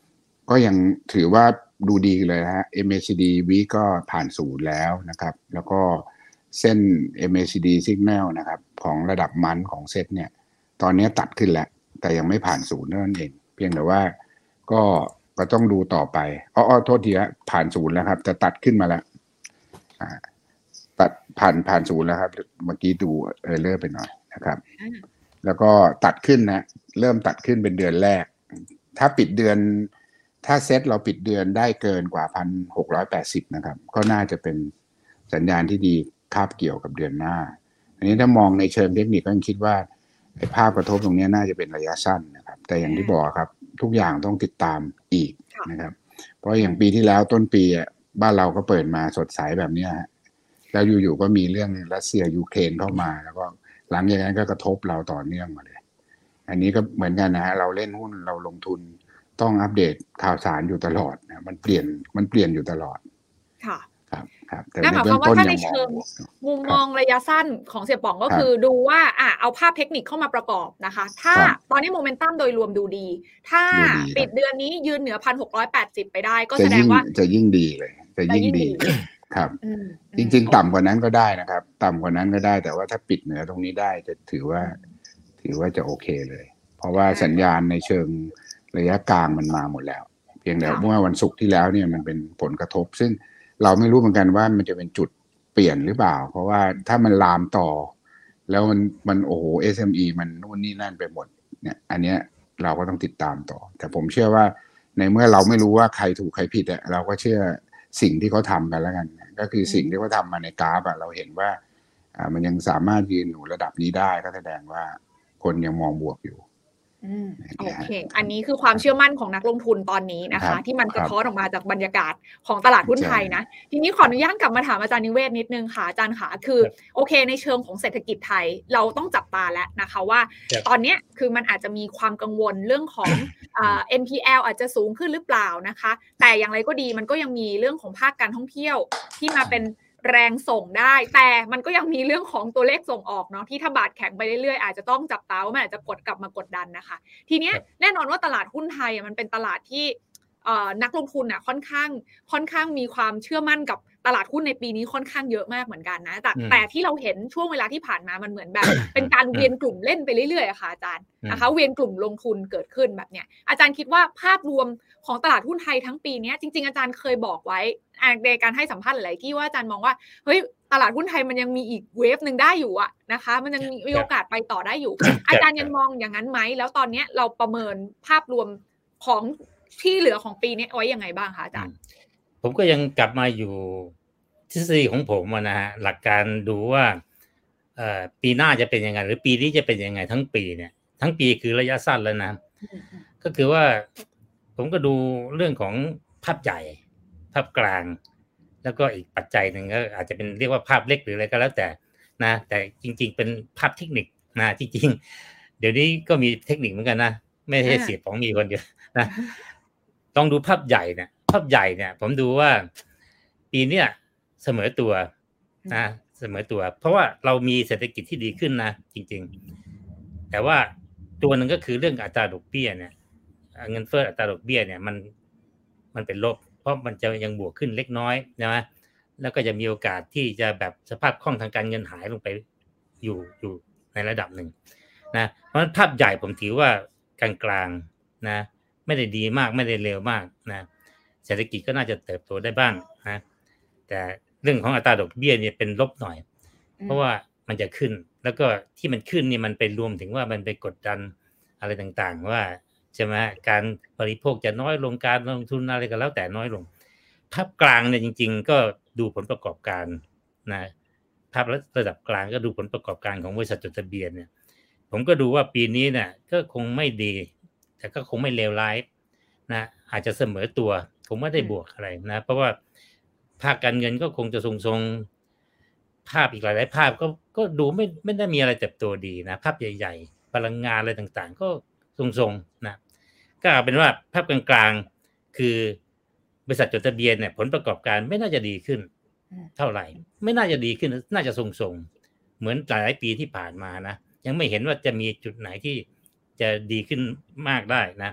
ก็ยังถือว่าดูดีเลยนะฮะ เอ็ม เอ ซี ดี Week ก็ผ่านศูนย์แล้วนะครับแล้วก็เส้น เอ็ม เอ ซี ดี Signal นะครับของระดับมันของเซตเนี่ยตอนนี้ตัดขึ้นแล้วแต่ยังไม่ผ่านศูนย์เท่านั้นเองเพียงแต่ว่าก็ก็ต้องดูต่อไปอ้อๆโทษทีฮะผ่านศูนย์แล้วครับจะตัดขึ้นมาแล้วอ่าตัดผ่านผ่านศูนย์แล้วครับเมื่อกี้ดูเออเลอร์ไปหน่อยนะครับแล้วก็ตัดขึ้นนะเริ่มตัดขึ้นเป็นเดือนแรกถ้าปิดเดือนถ้าเซตเราปิดเดือนได้เกินกว่า หนึ่งพันหกร้อยแปดสิบ นะครับก็น่าจะเป็นสัญญาณที่ดีคาบเกี่ยวกับเดือนหน้าอันนี้ถ้ามองในเชิงเทคนิคก็ยังคิดว่าไอ้ภาพกระทบตรงนี้น่าจะเป็นระยะสั้นนะครับแต่อย่างที่บอกครับทุกอย่างต้องติดตามอีกนะครับเพราะอย่างปีที่แล้วต้นปีบ้านเราก็เปิดมาสดใสแบบนี้แล้วอยู่ๆก็มีเรื่องรัสเซียยูเครนเข้ามาแล้วก็หลังจากนั้นก็กระทบเราต่อเนื่องมาเลยอันนี้ก็เหมือนกันนะฮะเราเล่นหุ้นเราลงทุนต้องอัปเดตข่าวสารอยู่ตลอดนะมันเปลี่ยนมันเปลี่ยนอยู่ตลอดค่ะครับครับแต่ในเบื้องต้นยังมองมุมมองระยะสั้นของเสี่ยป๋องก็คือดูว่าอ่ะเอาภาพเทคนิคเข้ามาประกอบนะคะถ้าตอนนี้โมเมนตัมโดยรวมดูดีถ้าปิดเดือนนี้ยืนเหนือ หนึ่งพันหกร้อยแปดสิบ ไปได้ก็แสดงว่าจะยิ่งดีเลยจะยิ่งดีครับจริงๆต่ำกว่านั้นก็ได้นะครับต่ำกว่านั้นก็ได้แต่ว่าถ้าปิดเหนือตรงนี้ได้จะถือว่าถือว่าจะโอเคเลยเพราะว่าสัญญาณในเชิงระยะกลางมันมาหมดแล้วเพียงแต่เมื่อวันศุกร์ที่แล้วเนี่ยมันเป็นผลกระทบซึ่งเราไม่รู้เหมือนกันว่ามันจะเป็นจุดเปลี่ยนหรือเปล่าเพราะว่าถ้ามันลามต่อแล้วมันมันโอ้โห เอส เอ็ม อี มันนู่นนี่นั่นไปหมดเนี่ยอันเนี้ยเราก็ต้องติดตามต่อแต่ผมเชื่อว่าในเมื่อเราไม่รู้ว่าใครถูกใครผิดอ่ะเราก็เชื่อสิ่งที่เขาทำกันแล้วกันก็คือสิ่งที่เขาทำมาในกราฟอ่ะเราเห็นว่าอ่ามันยังสามารถยืนอยู่ระดับนี้ได้ก็แสดงว่าคนยังมองบวกอยู่อืมโอเคอันนี้คือความเชื่อมั่นของนักลงทุนตอนนี้นะคะที่มันสะท้อนออกมาจากบรรยากาศของตลาดหุ้นไทยนะทีนี้ขออนุญาตกลับมาถามอาจารย์นิเวศนิดนึงค่ะอาจารย์ค่ะคือโอเคในเชิงของเศรษฐกิจไทยเราต้องจับตาแล้วนะคะว่าตอนนี้คือมันอาจจะมีความกังวลเรื่องของอ่า เอ็น พี แอล อาจจะสูงขึ้นหรือเปล่านะคะแต่อย่างไรก็ดีมันก็ยังมีเรื่องของภาคการท่องเที่ยวที่มาเป็นแรงส่งได้แต่มันก็ยังมีเรื่องของตัวเลขส่งออกเนาะที่ถ้าบาทแข็งไปเรื่อยๆอาจจะต้องจับตาว่ามันอาจจะกดกลับมากดดันนะคะทีเนี้ยแน่นอนว่าตลาดหุ้นไทยมันเป็นตลาดที่นักลงทุนอ่ะค่อนข้างค่อนข้างมีความเชื่อมั่นกับตลาดหุ้นในปีนี้ค่อนข้างเยอะมากเหมือนกันนะแต่แต่ที่เราเห็นช่วงเวลาที่ผ่านมามันเหมือนแบบเป็นการเวียนกลุ่มเล่นไปเรื่อยๆอะค่ะอาจารย์นะคะเวียนกลุ่มลงทุนเกิดขึ้นแบบเนี้ยอาจารย์คิดว่าภาพรวมของตลาดหุ้นไทยทั้งปีนี้จริงๆอาจารย์เคยบอกไว้ในการให้สัมภาษณ์หลายๆที่ว่าอาจารย์มองว่าเฮ้ยตลาดหุ้นไทยมันยังมีอีกเวฟนึงได้อยู่อะนะคะมันยังมีโอกาสไปต่อได้อยู่อาจารย์ยังมองอย่างนั้นไหมแล้วตอนนี้เราประเมินภาพรวมของที่เหลือของปีนี้ไว้ยังไงบ้างคะอาจารย์ผมก็ยังกลับมาอยู่ทฤษฎีของผมนะฮะหลักการดูว่าเอ่อปีหน้าจะเป็นยังไงหรือปีนี้จะเป็นยังไงทั้งปีเนี่ยทั้งปีคือระยะสั้นแล้วนะก็คือว่าผมก็ดูเรื่องของภาพใหญ่ภาพกลางแล้วก็อีกปัจจัยหนึ่งก็อาจจะเป็นเรียกว่าภาพเล็กหรืออะไรก็แล้วแต่นะแต่จริงๆเป็นภาพเทคนิคนะจริงๆเดี๋ยวนี้ก็มีเทคนิคเหมือนกันนะไม่ใช่เสียของมีคนเดียวนะต้องดูภาพใหญ่เนี่ยภาพใหญ่เนี่ยผมดูว่าปีเนี้ยเสมอตัวนะเสมอตัวเพราะว่าเรามีเศรษฐกิจที่ดีขึ้นนะจริงๆแต่ว่าตัวนึงก็คือเรื่องอัตราดอกเบี้ยเนี่ยเงินเฟ้ออัตราดอกเบี้ยเนี่ยมันมันเป็นลบเพราะมันจะยังบวกขึ้นเล็กน้อยนะแล้วก็จะมีโอกาสที่จะแบบสภาพคล่องทางการเงินหายลงไปอยู่อยู่ในระดับหนึ่งนะเพราะฉะนั้นภาพใหญ่ผมถือว่ากลางๆนะไม่ได้ดีมากไม่ได้เลวมากนะเศรษฐกิจก็น่าจะเติบโตได้บ้างนะแต่เรื่องของอัตราดอกเบี้ยเนี่ยเป็นลบหน่อยเพราะว่ามันจะขึ้นแล้วก็ที่มันขึ้นนี่มันไปรวมถึงว่ามันไปกดดันอะไรต่างๆว่าใช่ไหมการบริโภคจะน้อยลงการลงทุนอะไรก็แล้วแต่น้อยลงภาพกลางเนี่ยจริงๆก็ดูผลประกอบการนะภาพระดับกลางก็ดูผลประกอบการของบริษัทจดทะเบียนเนี่ยผมก็ดูว่าปีนี้เนี่ยก็คงไม่ดีแต่ก็คงไม่เลวร้ายนะอาจจะเสมอตัวคงไม่ได้บวกอะไรนะเพราะว่าภาคการเงินก็คงจะทรงๆภาพอีกหลายๆภาพก็ก็ดูไม่ไม่ได้มีอะไรเติบโตดีนะภาพใหญ่ๆพลังงานอะไรต่างๆก็ทรงๆนะก็เอาเป็นว่าภาพกลางๆคือบริษัทจดทะเบียนเนี่ยผลประกอบการไม่น่าจะดีขึ้นเท่าไหร่ไม่น่าจะดีขึ้นน่าจะทรงๆเหมือนหลายปีที่ผ่านมานะยังไม่เห็นว่าจะมีจุดไหนที่จะดีขึ้นมากได้นะ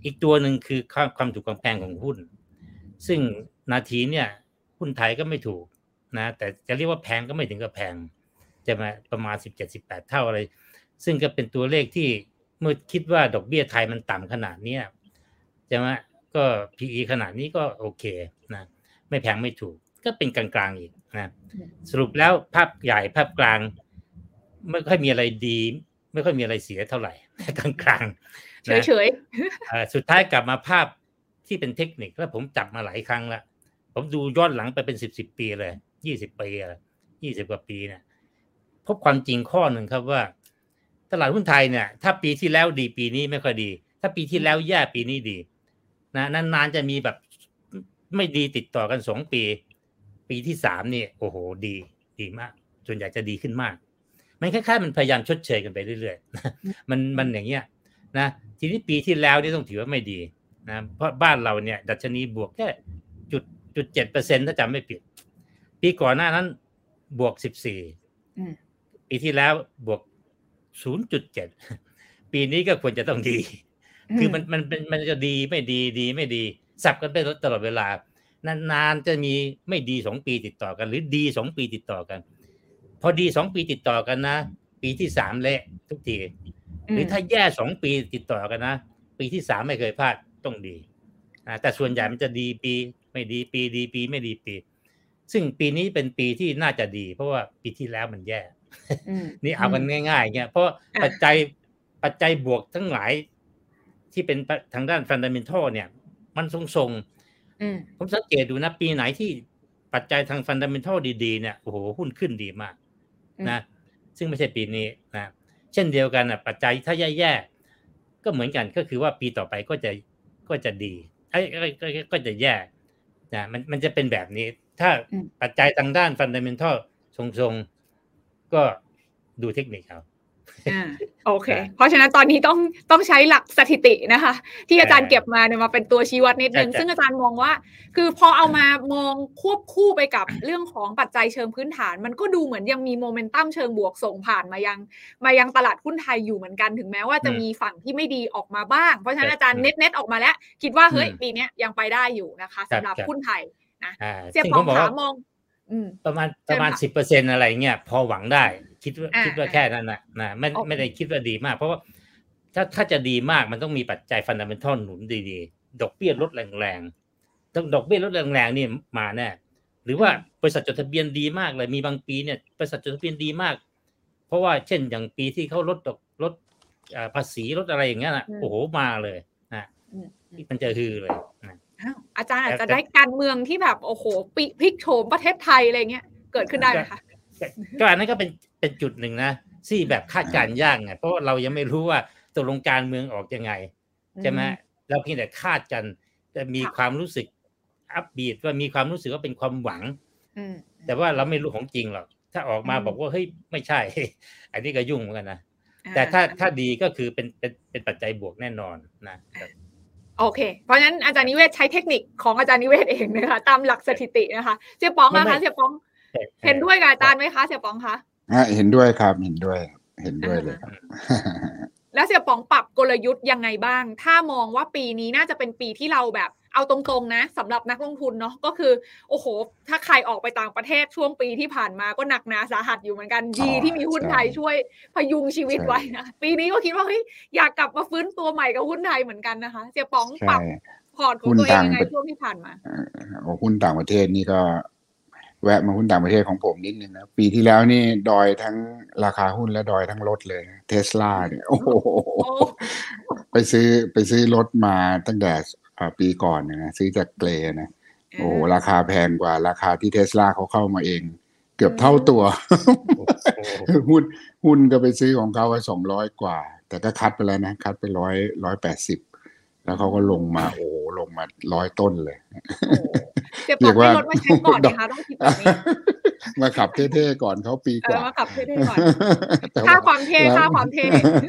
อีกตัวหนึ่งคือความความถูกความแพงของหุ้นซึ่งนาทีเนี่ยหุ้นไทยก็ไม่ถูกนะแต่จะเรียกว่าแพงก็ไม่ถึงกับแพงจะมาประมาณ สิบเจ็ด สิบแปด เท่าอะไรซึ่งก็เป็นตัวเลขที่เมื่อคิดว่าดอกเบี้ยไทยมันต่ำขนาดนี้ใช่ไหมก็ พี อี ขนาดนี้ก็โอเคนะไม่แพงไม่ถูกก็เป็นกลางๆอีกนะสรุปแล้วภาพใหญ่ภาพกลางไม่ค่อยมีอะไรดีไม่ค่อยมีอะไรเสียเท่าไหร่กลางๆเฉยๆสุดท้ายกลับมาภาพที่เป็นเทคนิคแล้วผมจับมาหลายครั้งแล้วผมดูย้อนหลังไปเป็นสิบ สิบปีเลยยี่สิบปีอ่ะยี่สิบกว่าปีเนี่ยพบความจริงข้อหนึ่งครับว่าตลาดหุ้นไทยเนี่ยถ้าปีที่แล้วดีปีนี้ไม่ค่อยดีถ้าปีที่แล้วแย่ปีนี้ดีนะนานๆจะมีแบบไม่ดีติดต่อกันสองปีปีที่สามนี่โอ้โหดีดีมากส่วนใหญ่จะดีขึ้นมากมันคล้ายๆมันพยายามชดเชยกันไปเรื่อยๆมันมันอย่างเงี้ยนะทีนี้ปีที่แล้วนี่ต้องถือว่าไม่ดีนะเพราะบ้านเราเนี่ยดัชนีบวกแค่จุดจุดเจ็ดเปอร์เซ็นต์ถ้าจำไม่ผิดปีก่อนหน้านั้นบวกสิบสี่ปีที่แล้วบวก ศูนย์จุดเจ็ด ปีนี้ก็ควรจะต้องดีคือมันมันเป็นมันจะดีไม่ดีดีไม่ดีสับกันไปตลอดเวลานานๆจะมีไม่ดีสองปีติดต่อกันหรือดีสองปีติดต่อกันพอดีสองปีติดต่อกันนะปีที่สามเละทุกทีหรือถ้าแย่สองปีติดต่อกันนะปีที่สามไม่เคยพลาดต้องดีนะแต่ส่วนใหญ่มันจะดีปีไม่ดีปีดีปีไม่ดีปีซึ่งปีนี้เป็นปีที่น่าจะดีเพราะว่าปีที่แล้วมันแย่นี่เอากันง่ายๆเงี้ยเพราะปัจจัยปัจจัยบวกทั้งหลายที่เป็นทางด้าน fundamental เนี่ยมันทรงๆผมสังเกตดูนะปีไหนที่ปัจจัยทาง fundamental ดีๆเนี่ยโอ้โหหุ้นขึ้นดีมากนะซึ่งไม่ใช่ปีนี้นะเช่นเดียวกันน่ะปัจจัยถ้าแย่ๆก็เหมือนกันก็คือว่าปีต่อไปก็จะก็จะดีไอ้ก็จะแย่นะมันมันจะเป็นแบบนี้ถ้าปัจจัยทางด้าน fundamental ทรงๆก็ดูเทคนิคเอาอ่าโอเคเพราะฉะนั้นตอนนี้ต้องต้องใช้หลักสถิตินะคะที่อาจารย์เก็บมาเนี่ยมาเป็นตัวชี้วัดนิดนึงซึ่งอาจารย์มองว่าคือพอเอามามองควบคู่ไปกับเรื่องของปัจจัยเชิงพื้นฐานมันก็ดูเหมือนยังมีโมเมนตัมเชิงบวกส่งผ่านมายังมายังตลาดหุ้นไทยอยู่เหมือนกันถึงแม้ว่าจะมีฝั่งที่ไม่ดีออกมาบ้างเพราะฉะนั้นอาจารย์เน็ตเน็ตออกมาแล้วคิดว่าเฮ้ยปีนี้ยังไปได้อยู่นะคะสำหรับหุ้นไทยนะเสียปองขามองประมาณประมาณ สิบเปอร์เซ็นต์ อะไรเงี้ยพอหวังได้คิดว่าคิดว่าแค่นั้นน่ะนะไม่ไม่ได้คิดว่าดีมากเพราะว่าถ้าถ้าจะดีมากมันต้องมีปัจจัย fundamental หนุนดีๆดอกเบี้ยลดแรงๆต้องดอกเบี้ยลดแรงๆนี่มาแน่หรือว่าบริษัทจดทะเบียนดีมากเลยมีบางปีเนี่ยบริษัทจดทะเบียนดีมากเพราะว่าเช่นอย่างปีที่เขาลดดอกลดภาษีลดอะไรอย่างเงี้ยน่ะโอ้โหมาเลยนะมันจะฮือเลยนะอาจารย์อาจจะได้การเมืองที่แบบโอ้โหพลิกโฉมประเทศไทยอะไรเงี้ยเกิดขึ้นได้ไหมคะก็อันนั้นก็เป็นเป็นจุดหนึ่งนะที่แบบคาดการณ์ยากไงเพราะเรายังไม่รู้ว่าตกลงการเมืองออกยังไงใช่ไหมเราเพียงแต่คาดกันแต่มีความรู้สึกอัพบีทว่ามีความรู้สึกว่าเป็นความหวังแต่ว่าเราไม่รู้ของจริงหรอกถ้าออกมาบอกว่าเฮ้ยไม่ใช่อันนี้ก็ยุ่งเหมือนกันนะแต่ถ้าถ้าดีก็คือเป็นเป็นเป็นปัจจัยบวกแน่นอนนะโอเคเพราะฉะนั้นอาจารย์นิเวศใช้เทคนิคของอาจารย์นิเวศเองนะคะตามหลักสถิตินะคะเสี่ยป๋องนะคะเสี่ยป๋องเห็นด้วยกับอาจารย์ไหมคะเสี่ยป๋องคะเห็นด้วยครับเห็นด้วยเห็นด้วยเลยครับแล้วเสี่ยป๋องปรับกลยุทธ์ยังไงบ้างถ้ามองว่าปีนี้น่าจะเป็นปีที่เราแบบเอาตรงๆนะสำหรับนักลงทุนเนาะก็คือโอ้โหถ้าใครออกไปต่างประเทศช่วงปีที่ผ่านมาก็หนักหนาสาหัสอยู่เหมือนกันดีที่มีหุ้นไทยช่วยพยุงชีวิตไว้นะปีนี้ก็คิดว่าเฮ้ยอยากกลับมาฟื้นตัวใหม่กับหุ้นไทยเหมือนกันนะคะเสี่ยป๋องปรับพอร์ตของตัวเองยังไงช่วงที่ผ่านมาโอ้หุ้นต่างประเทศนี่ก็แวะมาหุ้นต่างประเทศของผมนิดนึงนะปีที่แล้วนี่ดอยทั้งราคาหุ้นและดอยทั้งรถเลย Tesla เนี่ยโอ้โหไปซื้อไปซื้อรถมาตั้งแต่ปีก่อนนะซื้อจากเกรนะโอ้ราคาแพงกว่าราคาที่ Tesla เขาเข้ามาเองเกือบเท่าตัวหุ้นหุ้นก็ไปซื้อของเขาไว้สองร้อยกว่าแต่ก็คัดไปแล้วนะคัดไปหนึ่งร้อย หนึ่งร้อยแปดสิบแล้วเขาก็ลงมาโอ้ลงมาร้อยต้นเลยเรียกว่ารถมาใช้ก่อนนะคะต้องคิดแบบนี้มาขับเท่ๆก่อนเขาปีกว่ามาขับเท่ๆก่อนค่าความเท่ค่าความเท่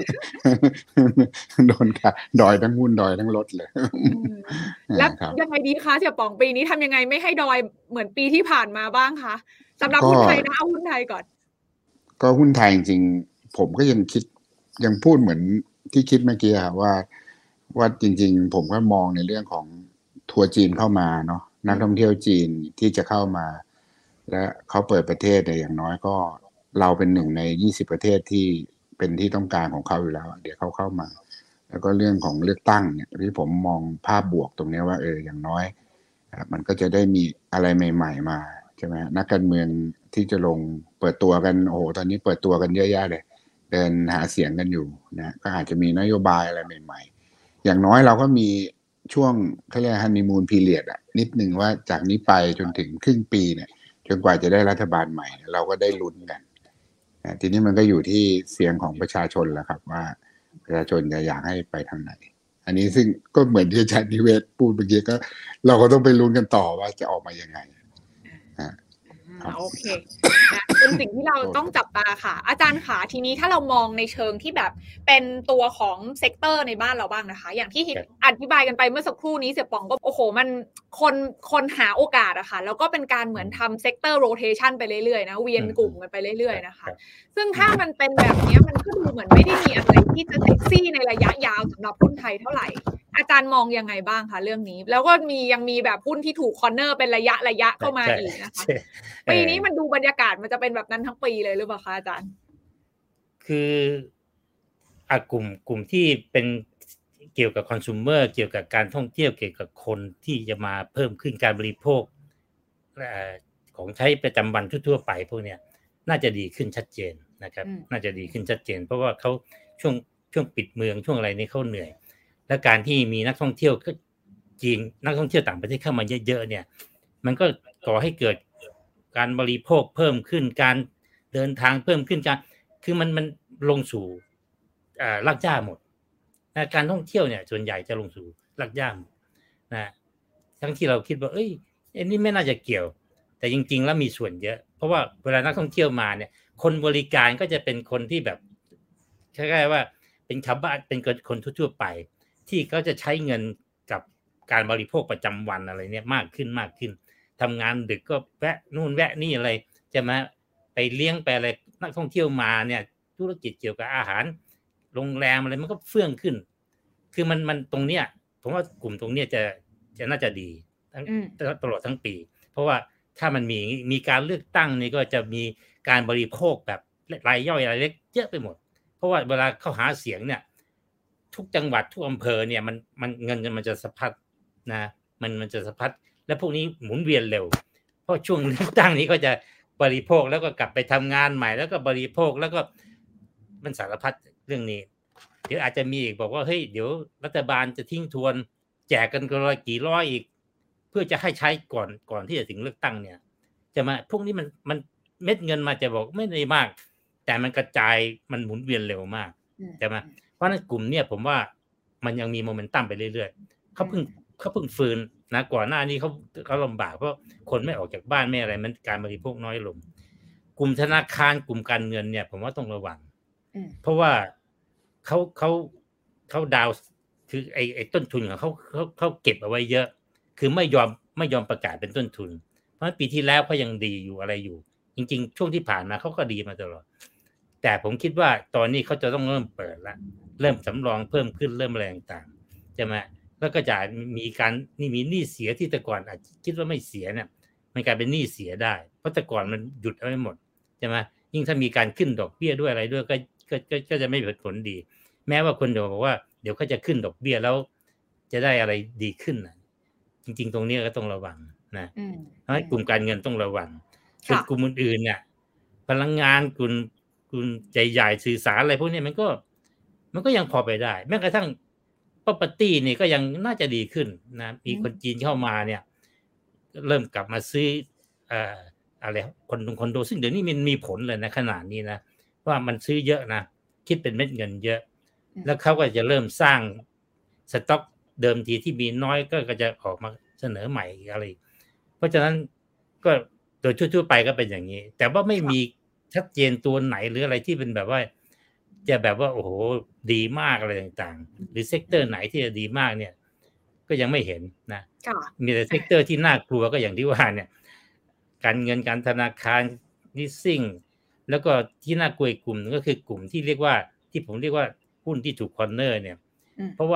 โดนค่ะดอยทั้งหุ้นดอยทั้งรถเลยแล้วยังไงดีคะเสี่ยป๋องปีนี้ทำยังไงไม่ให้ดอยเหมือนปีที่ผ่านมาบ้างคะสำหรับหุ้นไทยนะเอาหุ้นไทยก่อนก็หุ้นไทยจริงๆผมก็ยังคิดยังพูดเหมือนที่คิดเมื่อกี้ค่ะว่าว่าจริงๆผมก็มองในเรื่องของทัวร์จีนเข้ามาเนาะนักท่องเที่ยวจีนที่จะเข้ามาและเขาเปิดประเทศเนี่ยอย่างน้อยก็เราเป็นหนึ่งในยี่สิบประเทศที่เป็นที่ต้องการของเขาอยู่แล้วเดี๋ยวเขาเข้ามาแล้วก็เรื่องของเลือกตั้งเนี่ยที่ผมมองภาพบวกตรงนี้ว่าเอออย่างน้อยมันก็จะได้มีอะไรใหม่ๆมาใช่ไหมนักการเมืองที่จะลงเปิดตัวกันโอ้โหตอนนี้เปิดตัวกันเยอะแยะเลยเดินหาเสียงกันอยู่นะก็อาจจะมีนโยบายอะไรใหม่ๆอย่างน้อยเราก็มีช่วงเขาเรียกฮันนีมูนพีเรียดอ่ะนิดหนึ่งว่าจากนี้ไปจนถึงครึ่งปีเนี่ยจนกว่าจะได้รัฐบาลใหม่เราก็ได้ลุ้นกันนะทีนี้มันก็อยู่ที่เสียงของประชาชนแหละครับว่าประชาชนจะอยากให้ไปทางไหนอันนี้ซึ่งก็เหมือนที่อาจารย์นิเวศพูดเมื่อกี้ก็เราก็ต้องไปลุ้นกันต่อว่าจะออกมายังไงโอเคนะเป็นสิ่งที่เราต้องจับตาค่ะอาจารย์ค่ะทีนี้ถ้าเรามองในเชิงที่แบบเป็นตัวของเซกเตอร์ในบ้านเราบ้างนะคะอย่างที่อธิบายกันไปเมื่อสักครู่นี้เสี่ยป๋องก็โอ้โหมันคนคนหาโอกาสอะค่ะแล้วก็เป็นการเหมือนทำเซกเตอร์โรเทชันไปเรื่อยๆนะเวียนกลุ่มกันไปเรื่อยๆนะคะซึ่งถ้ามันเป็นแบบนี้มันก็ดูเหมือนไม่ได้มีอะไรที่จะเซ็กซี่ในระยะยาวสำหรับหุ้นไทยเท่าไหร่อาจารย์มองยังไงบ้างคะเรื่องนี้แล้วก็มียังมีแบบหุ้นที่ถูกคอร์เนอร์เป็นระยะระยะเข้ามาอีกนะคะปีนี้มันดูบรรยากาศมันจะเป็นแบบนั้นทั้งปีเลยหรือเปล่าคะอาจารย์คืออ่ะกลุ่มกลุ่มที่เป็นเกี่ยวกับคอน sumer เกี่ยวกับการท่องเที่ยวเกี่ยวกับคนที่จะมาเพิ่มขึ้นการบริโภคของใช้ประจำวันทั่วๆไปพวกเนี้ยน่าจะดีขึ้นชัดเจนนะครับน่าจะดีขึ้นชัดเจนเพราะว่าเขาช่วงช่วงปิดเมืองช่วงอะไรนี่เขาเหนื่อยและการที่มีนักท่องเที่ยวก็จีนนักท่องเที่ยวต่างประเทศเข้ามาเยอะๆเนี่ยมันก็ก่อให้เกิดการบริโภคเพิ่มขึ้นการเดินทางเพิ่มขึ้นการคือมันมันลงสู่อ่ารากหญ้าหมดนะการท่องเที่ยวเนี่ยส่วนใหญ่จะลงสู่รากหญ้าหมดนะทั้งที่เราคิดว่าเอ้ยอันนี้ไม่น่าจะเกี่ยวแต่จริงๆแล้วมีส่วนเยอะเพราะว่าเวลานักท่องเที่ยวมาเนี่ยคนบริการก็จะเป็นคนที่แบบคล้ายๆว่าเป็นชาวบ้านเป็นคนทั่วๆไปที่เขาจะใช้เงินกับการบริโภคประจำวันอะไรเนี่ยมากขึ้นมากขึ้นทำงานดึกก็แวะนู่นแวะนี่อะไรจะมาไปเลี้ยงไปอะไรนักท่องเที่ยวมาเนี่ยธุรกิจเกี่ยวกับอาหารโรงแรมอะไรมันก็เฟื่องขึ้นคือมันมันตรงเนี้ยผมว่ากลุ่มตรงเนี้ยจะจะน่าจะดีทั้งตลอดทั้งปีเพราะว่าถ้ามันมีมีการเลือกตั้งนี่ก็จะมีการบริโภคแบบรายย่อยรายเล็กเยอะไปหมดเพราะว่าเวลาเข้าหาเสียงเนี่ยทุกจังหวัดทุกอำเภอเนี่ยมันมันเงินมันจะสะพัดนะมันมันจะสะพัดและพวกนี้หมุนเวียนเร็วเพราะช่วงเลือกตั้งนี้ก็จะบริโภคแล้วก็กลับไปทำงานใหม่แล้วก็บริโภคแล้วก็มันสารพัดเรื่องนี้เดี๋ยวอาจจะมีอีกบอกว่าเฮ้ยเดี๋ยวรัฐบาลจะทิ้งทวนแจกกันคนละกี่ร้อยอีกเพื่อจะให้ใช้ก่อนก่อนที่จะถึงเลือกตั้งเนี่ยจะมาพวกนี้มันมันเม็ดเงินมาจะบอกไม่ได้มากแต่มันกระจายมันหมุนเวียนเร็วมากใช่ไหมเพราะนั้นกลุ่มเนี่ยผมว่ามันยังมีโมเมนตัมไปเรื่อยๆเขาเพิ่งเขาเพิ่งฟื้นนะก่อนหน้านี้เขาเขาลำบากเพราะคนไม่ออกจากบ้านไม่อะไรมันการบริโภคน้อยลงกลุ่มธนาคารกลุ่มการเงินเนี่ยผมว่าต้องระวังเพราะว่าเขาเขาเขาดาวคือไอ้ไอ้ต้นทุนของเขาเขาเขาเก็บเอาไว้เยอะคือไม่ยอมไม่ยอมประกาศเป็นต้นทุนเพราะปีที่แล้วเขายังดีอยู่อะไรอยู่จริงๆช่วงที่ผ่านมาเขาก็ดีมาตลอดแต่ผมคิดว่าตอนนี้เขาจะต้องเริ่มเปิดแล้วเริ่มสำรองเพิ่มขึ้นเริ่มอะไรต่างๆใช่ไหมแล้วก็จะมีการนี่มีหนี้เสียที่แต่ก่อนอาจคิดว่าไม่เสียเนี่ยมันกลายเป็นหนี้เสียได้เพราะแต่ก่อนมันหยุดเอาไว้หมดใช่ไหมยิ่งถ้ามีการขึ้นดอกเบี้ยด้วยอะไรด้วยก็ก็ก็จะไม่เป็นผลดีแม้ว่าคนเดี๋ยวบอกว่าเดี๋ยวเขาจะขึ้นดอกเบี้ยแล้วจะได้อะไรดีขึ้นนะจริงๆตรงนี้ก็ต้องระวังนะเพราะฉะนั้นกลุ่มการเงินต้องระวังส่วนกลุ่มอื่นๆเนี่ยพลังงานกลุ่มกลุ่มใหญ่ๆสื่อสารอะไรพวกนี้มันก็มันก็ยังพอไปได้แม้กระทั่ง property นี่ก็ยังน่าจะดีขึ้นนะมีคนจีนเข้ามาเนี่ยเริ่มกลับมาซื้อเอ่ออะไรคอนโดคอนโดซึ่งเดี๋ยวนี้มันมีผลเลยนะขนาดนี้นะว่ามันซื้อเยอะนะคิดเป็นเม็ดเงินเยอะแล้วเขาก็จะเริ่มสร้างสต็อกเดิมทีที่มีน้อยก็จะออกมาเสนอใหม่อะไรเพราะฉะนั้นก็โดยทั่วๆไปก็เป็นอย่างนี้แต่ว่าไม่มีชัดเจนตัวไหนหรืออะไรที่เป็นแบบว่าจะแบบว่าโอ้โหดีมากอะไรต่างๆหรือเซกเตอร์ไหนที่จะดีมากเนี่ยก็ยังไม่เห็นนะมีแต่เซกเตอร์ที่น่ากลัวก็อย่างที่ว่าเนี่ยการเงินการธนาคารลิสซิ่งแล้วก็ที่น่ากลัวอีกกลุ่มนึงก็คือกลุ่มที่เรียกว่าที่ผมเรียกว่าหุ้นที่ถูกคอร์เนอร์เนี่ยเพราะว่า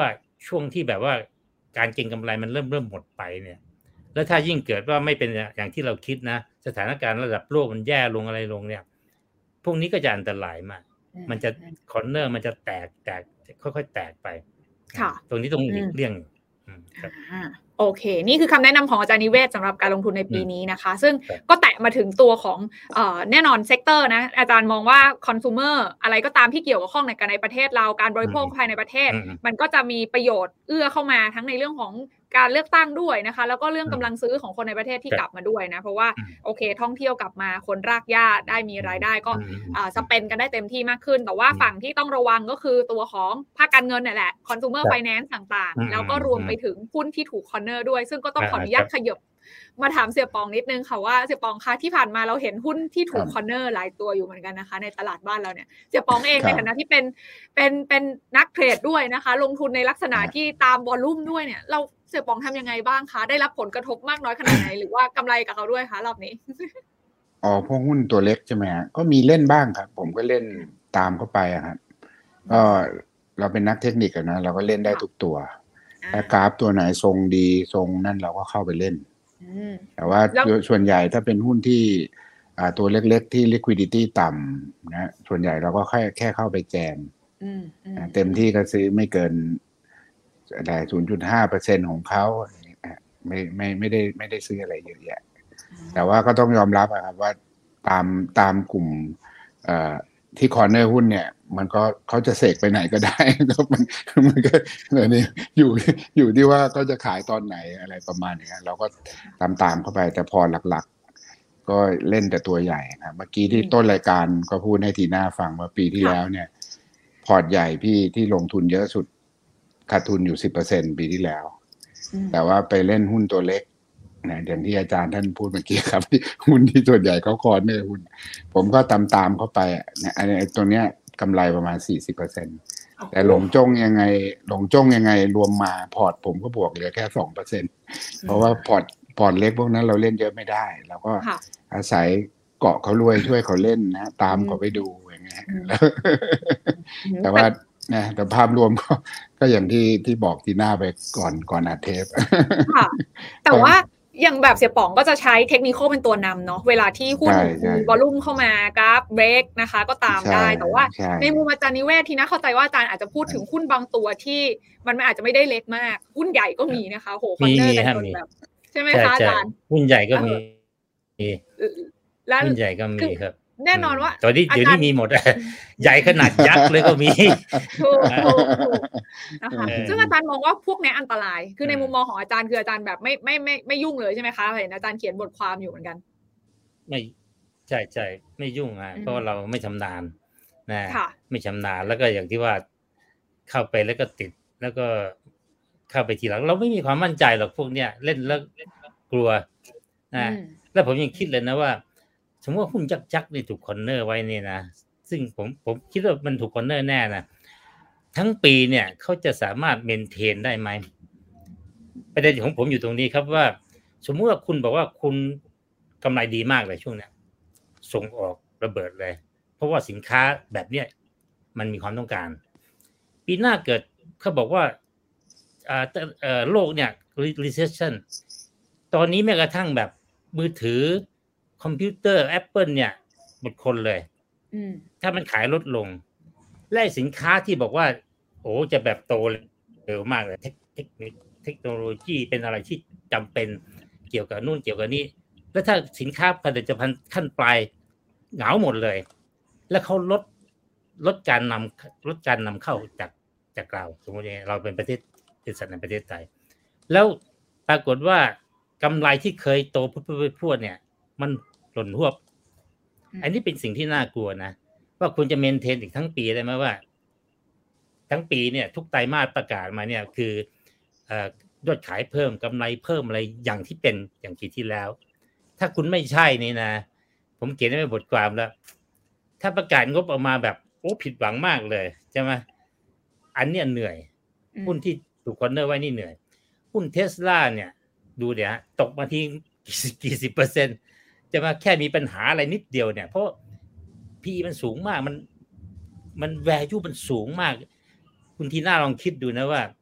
ช่วงที่แบบว่าการเก็งกำไรมันเริ่มเริ่มหมดไปเนี่ยแล้วถ้ายิ่งเกิดว่าไม่เป็นอย่างที่เราคิดนะสถานการณ์ระดับโลกมันแย่ลงอะไรลงเนี่ยพวกนี้ก็จะอันตรายมากมันจะคอร์เนอร์มันจะแตกแตกค่อยๆแตกไปค่ะตรงนี้ต้องหลีกเลี่ยงครับโอเคนี่คือคำแนะนำของอาจารย์นิเวศสำหรับการลงทุนในปีนี้นะคะซึ่งก็แตะมาถึงตัวของเอ่อแน่นอนเซกเตอร์นะอาจารย์มองว่าคอน sumer อะไรก็ตามที่เกี่ยวกับข้องในการในประเทศเราการบริโภคภายในประเทศมันก็จะมีประโยชน์เอื้อเข้ามาทั้งในเรื่องของการเลือกตั้งด้วยนะคะแล้วก็เรื่องกำลังซื้อของคนในประเทศที่กลับมาด้วยนะเพราะว่าโอเคท่องเที่ยวกลับมาคนรากหญ้าได้มีรายได้ก็อ่าสเปนกันได้เต็มที่มากขึ้นแต่ว่าฝั่งที่ต้องระวังก็คือตัวของภาคการเงินนี่แหละ consumer finance ต่างๆแล้วก็รวมไปถึงหุ้นที่ถูกคอร์เนอร์ด้วยซึ่งก็ต้องขออนุญาตขยับมาถามเสี่ยปองนิดนึงค่ะว่าเสี่ยปองคะที่ผ่านมาเราเห็นหุ้นที่ถูกคอร์เนอร์หลายตัวอยู่เหมือนกันนะคะในตลาดบ้านเราเนี่ยเสี่ยปองเองในฐานะที่เป็นเป็นเป็นนักเทรดด้วยนะคะลงทุนในลักษณะที่ตามวอลลุ่มด้วยเนี่ยเราเสี่ยปองทำยังไงบ้างคะได้รับผลกระทบมากน้อยขนาดไหนหรือว่ากำไรกับเขาด้วยคะรอบนี้อ๋อพวกหุ้นตัวเล็กใช่ไหมฮะก็มีเล่นบ้างครับผมก็เล่นตามเข้าไปครับก็เราเป็นนักเทคนิคนะเราก็เล่นได้ทุกตัวถ้ากราฟตัวไหนทรงดีทรงนั่นเราก็เข้าไปเล่นแต่ว่าส่วนใหญ่ถ้าเป็นหุ้นที่ตัวเล็กๆที่ liquidity ต่ำนะส่วนใหญ่เราก็แค่แค่เข้าไปแจมเต็มที่ก็ซื้อไม่เกินอะไร ศูนย์จุดห้าเปอร์เซ็นต์ ของเขาไม่ไม่ไม่ได้ไม่ได้ซื้ออะไรเยอะแยะแต่ว่าก็ต้องยอมรับครับว่าตามตามกลุ่มที่คอร์เนอร์หุ้นเนี่ยมันก็เขาจะเสกไปไหนก็ได้ก็มันมันก็เนี่ยอยู่อยู่ที่ว่าเขาจะขายตอนไหนอะไรประมาณนี้เราก็ตามตามเข้าไปแต่พอหลักๆก็เล่นแต่ตัวใหญ่ครับเมื่อกี้ที่ต้นรายการก็พูดให้ทีน่าฟังว่าปีที่แล้วเนี่ยพอร์ตใหญ่พี่ที่ลงทุนเยอะสุดขาดทุนอยู่ สิบเปอร์เซ็นต์ ปีที่แล้วแต่ว่าไปเล่นหุ้นตัวเล็กนะอย่างที่อาจารย์ท่านพูดเมื่อกี้ครับที่หุ้นที่ส่วนใหญ่เขาคอร์เนอร์หุ้นผมก็ตามตามเข้าไปนะไอ้ตัวเนี้ยกำไรประมาณ สี่สิบเปอร์เซ็นต์ แต่หลงจ้งยังไงหลงจ้งยังไงรวมมาพอร์ตผมก็บวกเหลือแค่ สองเปอร์เซ็นต์ เพราะว่าพอร์ตพอร์ตเล็กพวกนั้นเราเล่นเยอะไม่ได้เราก็อาศัยเกาะเขารวยช่วยเขาเล่นนะตามเขาไปดูอย่างเงี้ยแต่ว่านะแต่ภาพรวมก็ก็อย่างที่ที่บอกทีหน้าไปก่อนก่อนอัดเทปค่ะแต่ว่าอย่างแบบเสี่ยป๋องก็จะใช้เทคนิคเป็นตัวนำเนาะเวลาที่หุ้นมีวอลุ่มเข้ามากราฟเบรกนะคะก็ตามได้แต่ว่าในมุมอาจารย์นิเวศทีน่าเข้าใจว่าอาจารย์อาจจะพูดถึงหุ้นบางตัวที่มันอาจจะไม่ได้เล็กมากหุ้นใหญ่ก็มีนะคะโหคอนเนอร์กันจนแบบใช่ไหมคะอาจารย์หุ้นใหญ่ก็มีหุ้นใหญ่ก็มีครับแน่นอนว่าตอนนี้เดี๋ยวนี้มีหมดใหญ่ขนาดยักษ์เลยก็มีถูกถูกถูกนะคะซึ่งอาจารย์มองว่าพวกนี้อันตรายคือในมุมมองของอาจารย์คืออาจารย์แบบไม่ไม่ไม่ไม่ยุ่งเลยใช่ไหมคะเห็นอาจารย์เขียนบทความอยู่เหมือนกันไม่ใช่ใช่ไม่ยุ่งอ่ะเพราะเราไม่ชำนาญนะไม่ชำนาญแล้วก็อย่างที่ว่าเข้าไปแล้วก็ติดแล้วก็เข้าไปทีหลังเราไม่มีความมั่นใจหรอกพวกเนี้ยเล่นแล้วกลัวนะแล้วผมยังคิดเลยนะว่าสมมติว่าหุ้นยักษ์ๆนี่ถูกคอร์เนอร์ไว้นี่นะซึ่งผมผมคิดว่ามันถูกคอร์เนอร์แน่นะทั้งปีเนี่ยเขาจะสามารถเมนเทนได้ไหมประเด็นของผมอยู่ตรงนี้ครับว่าสมมุติว่าคุณบอกว่าคุณกำไรดีมากเลยช่วงเนี้ยส่งออกระเบิดเลยเพราะว่าสินค้าแบบเนี้ยมันมีความต้องการปีหน้าเกิดเขาบอกว่าอ่าเอ่อโลกเนี่ย recession ตอนนี้แม้กระทั่งแบบมือถือคอมพิวเตอร์ Apple เนี่ยหมดคนเลยถ้ามันขายลดลงและสินค้าที่บอกว่าโอ้จะแบบโตเร็วมากเลยเทคเทคเทคโนโลยีเป็นอะไรที่จำเป็นเกี่ยวกับนู่นเกี่ยวกับนี้แล้วถ้าสินค้าผลิตภัณฑ์ขั้นปลายเหงาหมดเลยแล้วเขาลดลดการนำลดการนำเข้าจากจากเราสมมติเราเป็นประเทศเป็นสัตว์ในประเทศไทยแล้วปรากฏว่ากำไรที่เคยโตพูดๆเนี่ยมันหล่นหวบอันนี้เป็นสิ่งที่น่ากลัวนะว่าคุณจะเมนเทนอีกทั้งปีได้ไหมว่าทั้งปีเนี่ยทุกไตรมาสประกาศมาเนี่ยคือยอดขายเพิ่มกำไรเพิ่มอะไรอย่างที่เป็นอย่างปีที่แล้วถ้าคุณไม่ใช่นี่นะผมเขียนไว้ในบทความแล้วถ้าประกาศงบออกมาแบบโอ้ผิดหวังมากเลยใช่ไหมอันเนี้ยเหนื่อยหุ้นที่ถูกคอร์เนอร์ไว้นี่เหนื่อยหุ้น Tesla เนี่ยดูเดี๋ยวตกมาทีกี่สิบเปอร์เซ็นต์จะมาแค่มีปัญหาอะไรนิดเดียวเนี่ยเพราะ พี อี มันสูงมากมันมัน value มันสูงมากคุณทีน่าลองคิดดูนะว่า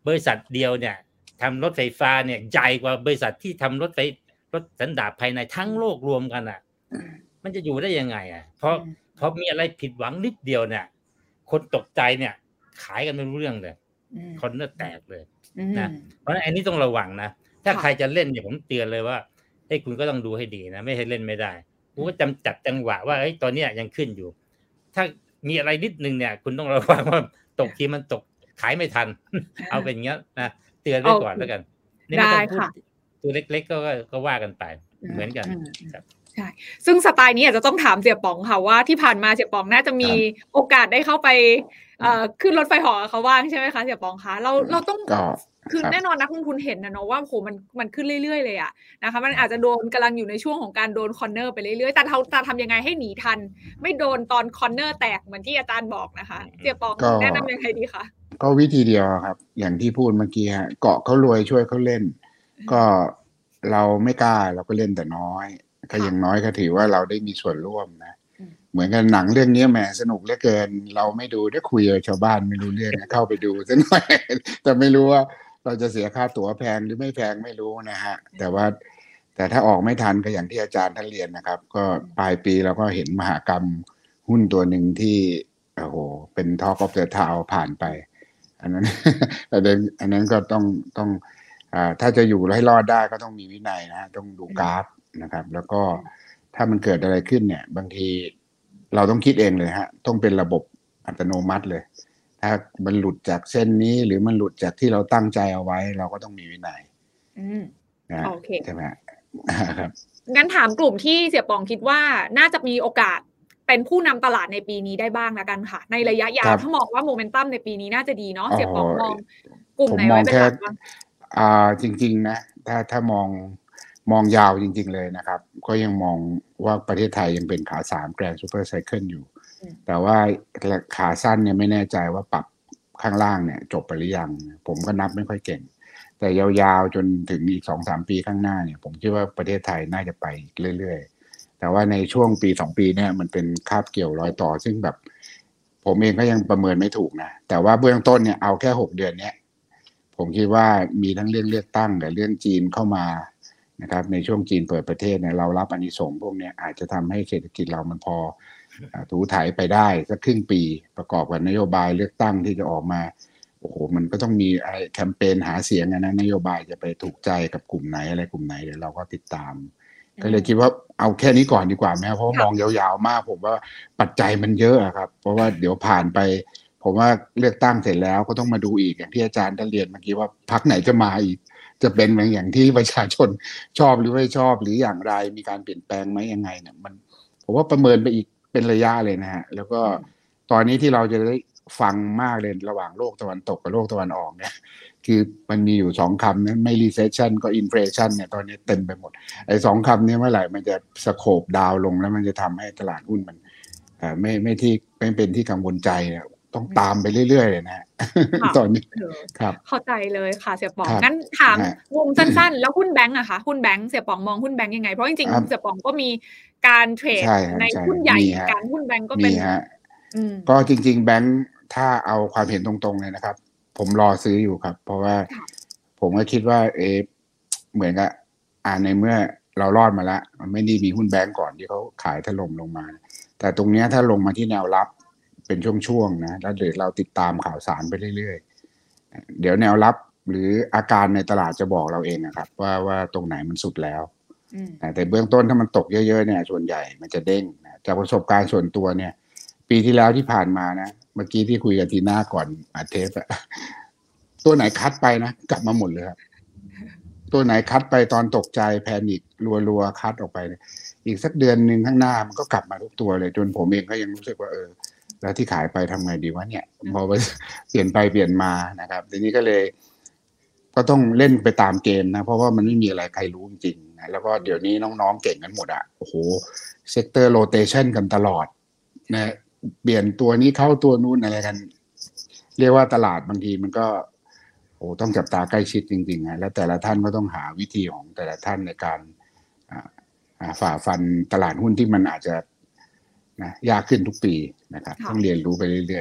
บริษัทเดียวเนี่ยทำรถไฟฟ้าเนี่ยใหญ่กว่าบริษัทที่ทำรถไฟรถสันดาปภายในทั้งโลกรวมกันอ่ะมันจะอยู่ได้ยังไงอ่ะเพราะเพราะมีอะไรผิดหวังนิดเดียวเนี่ยคนตกใจเนี่ยขายกันไม่รู้เรื่องเลยคนเนื้อแตกเลยนะเพราะฉะนั้นอันนี้ต้องระวังนะถ้าใครจะเล่นเนี่ยผมเตือนเลยว่าเฮ้ยคุณก็ต้องดูให้ดีนะไม่ให้เล่นไม่ได้คุณก็จำจัดจังหวะว่าเฮ้ยตอนนี้ยังขึ้นอยู่ถ้ามีอะไรนิดนึงเนี่ยคุณต้องระวังว่าตกทีมันตกขายไม่ทันเอาเป็นอย่างเงี้ยนะเตือนไว้ก่อนแล้วกันนี่ไม่ต้องพูดตัวเล็กๆก็ก็ว่ากันไปเหมือนกันครับใช่ซึ่งสไตล์นี้อาจจะต้องถามเสี่ยป๋องค่ะว่าที่ผ่านมาเสี่ยป๋องน่าจะมีโอกาสได้เข้าไปขึ้นรถไฟเหาะเขาว่างใช่ไหมคะเสี่ยป๋องคะเราเราต้องคือแน่นอนนักลงทุนเห็นนะเนาะว่าโหมันมันขึ้นเรื่อยๆเลยอะนะคะมันอาจจะโดนกำลังอยู่ในช่วงของการโดนคอร์เนอร์ไปเรื่อยๆแต่เราจะทำยังไงให้หนีทันไม่โดนตอนคอร์เนอร์แตกเหมือนที่อาจารย์บอกนะคะเสี่ยป๋องแนะนำยังไงดีคะก็วิธีเดียวครับอย่างที่พูดเมื่อกี้ฮะเกาะเขารวยช่วยเขาเล่นก็เราไม่กล้าเราก็เล่นแต่น้อยก็อย่างน้อยก็ถือว่าเราได้มีส่วนร่วมนะเหมือนกันหนังเรื่องนี้แหมสนุกเหลือเกินเราไม่ดูได้คุยกับชาวบ้านไม่รู้เรื่องเข้าไปดูซะหน่อยแต่ไม่รู้ว่าเราจะเสียค่าตั๋วแพงหรือไม่แพงไม่รู้นะฮะแต่ว่าแต่ถ้าออกไม่ทันก็อย่างที่อาจารย์ท่านเรียนนะครับก็ปลายปีเราก็เห็นมหากรรมหุ้นตัวหนึ่งที่โอ้โหเป็น Talk of the Town ผ่านไปอันนั้นอันนั้นอันนั้นก็ต้องต้องอ่าถ้าจะอยู่ให้รอดได้ก็ต้องมีวินัยนะต้องดูกราฟนะครับแล้วก็ถ้ามันเกิดอะไรขึ้นเนี่ยบางทีเราต้องคิดเองเลยฮะต้องเป็นระบบอัตโนมัติเลยถ้ามันหลุดจากเส้นนี้หรือมันหลุดจากที่เราตั้งใจเอาไว้เราก็ต้องมีวินัยอืมนะโอเคใช่ไหมครับงั้นถามกลุ่มที่เสี่ยป๋องคิดว่าน่าจะมีโอกาสเป็นผู้นำตลาดในปีนี้ได้บ้างละกันค่ะในระยะยาวถ้ามองว่าโมเมนตัมในปีนี้น่าจะดีเนาะเสี่ยป๋องมองกลุ่มไหนไว้เป็นหลักบ้างอ่าจริงๆนะถ้าถ้ามองมองยาวจริงๆเลยนะครับก็ยังมองว่าประเทศไทยยังเป็นขาสามแกรนด์ซูเปอร์ไซเคิลอยู่แต่ว่าขาสั้นเนี่ยไม่แน่ใจว่าปรับข้างล่างเนี่ยจบไปหรือยังผมก็นับไม่ค่อยเก่งแต่ยาวๆจนถึงอีก สองถึงสาม ปีข้างหน้าเนี่ยผมคิดว่าประเทศไทยน่าจะไปเรื่อยๆแต่ว่าในช่วงปีสองปีเนี่ยมันเป็นคาบเกี่ยวรอยต่อซึ่งแบบผมเองก็ยังประเมินไม่ถูกนะแต่ว่าเบื้องต้นเนี่ยเอาแค่หกเดือนเนี้ยผมคิดว่ามีทั้งเรื่องเลือกตั้งกับเรื่องจีนเข้ามานะครับในช่วงจีนเปิดประเทศเนี่ยเรารับอานิสงส์พวกนี้อาจจะทำให้เศรษฐกิจเรามันพอถูถ่ายไปได้สักครึ่งปีประกอบกับนโยบายเลือกตั้งที่จะออกมาโอ้โหมันก็ต้องมีอะไรแคมเปญหาเสียงนะนโยบายจะไปถูกใจกับกลุ่มไหนอะไรกลุ่มไหนเดี๋ยวเราก็ติดตามก็เลยคิดว่าเอาแค่นี้ก่อนดีกว่าไหมเพราะมองยาวๆมากผมว่าปัจจัยมันเยอะครับเพราะว่าเดี๋ยวผ่านไปผมว่าเลือกตั้งเสร็จแล้วก็ต้องมาดูอีกอย่างที่อาจารย์ได้เรียนเมื่อกี้ว่าพรรคไหนจะมาอีกจะเป็นอย่างที่ประชาชนชอบหรือไม่ชอบหรืออย่างไรมีการเปลี่ยนแปลงไหมยังไงเนี่ยมันผมว่าประเมินไปอีกเป็นระยะเลยนะฮะแล้วก็ตอนนี้ที่เราจะได้ฟังมากเลยระหว่างโลกตะวันตกกับโลกตะวันออกเนี่ยคือมันมีอยู่สองคำนะไม่ recession ก็ inflation เนี่ยตอนนี้เต็มไปหมดไอ้สองคำนี้เมื่อไหร่มันจะสโคปดาวลงแล้วมันจะทำให้ตลาดหุ้นมันอ่าไม่ไม่ที่ไม่เป็นที่กังวลใจเนี่ยต้องตามไปเรื่อยๆเลยนะตอนนี้ครับเข้าใจเลยค่ะเสี่ยป๋องงั้นถามมุมสั้นๆแล้วหุ้นแบงก์อะคะหุ้นแบงก์เสี่ยป๋องมองหุ้นแบงก์ยังไงเพราะจริงๆเสี่ยป๋องก็มีการเทรดในหุ้นใหญ่การหุ้นแบงก์ก็เป็นก็จริงๆแบงก์ถ้าเอาความเห็นตรงๆเลยนะครับผมรอซื้ออยู่ครับเพราะว่าผมก็คิดว่าเอเหมือนกับอ่าในเมื่อเรารอดมาแล้วมันไม่ได้มีหุ้นแบงก์ก่อนที่เขาขายถล่มลงมาแต่ตรงนี้ถ้าลงมาที่แนวรับเป็นช่วงๆนะแล้วเดี๋ยวเราติดตามข่าวสารไปเรื่อยๆเดี๋ยวแนวรับหรืออาการในตลาดจะบอกเราเองนะครับว่าว่าตรงไหนมันสุดแล้วแต่เบื้องต้นถ้ามันตกเยอะๆเนี่ยส่วนใหญ่มันจะเด้งจากประสบการณ์ส่วนตัวเนี่ยปีที่แล้วที่ผ่านมานะเมื่อกี้ที่คุยกับทีน่าก่อนอัดเทปอะตัวไหนคัดไปนะกลับมาหมดเลยครับตัวไหนคัดไปตอนตกใจแพนิครัวๆคัดออกไปอีกสักเดือนนึงข้างหน้ามันก็กลับมาทุกตัวเลยจนผมเองก็ยังรู้สึกว่าเออแล้วที่ขายไปทำไงดีวะเนี่ยพอไปเปลี่ยนไปเปลี่ยนมานะครับทีนี้ก็เลยก็ต้องเล่นไปตามเกมนะเพราะว่ามันไม่มีอะไรใครรู้จริงๆนะแล้วก็เดี๋ยวนี้น้องๆเก่งกันหมดอ่ะโอ้โหเซกเตอร์โรเตชันกันตลอดนะเปลี่ยนตัวนี้เข้าตัวนู้นอะไรกันเรียกว่าตลาดบางทีมันก็โอ้ต้องจับตาใกล้ชิดจริงๆนะและแต่ละท่านก็ต้องหาวิธีของแต่ละท่านในการฝ่าฟันตลาดหุ้นที่มันอาจจะนะยากขึ้นทุกปีนะครับต้องเรียนรู้ไปเรื่อยๆครับ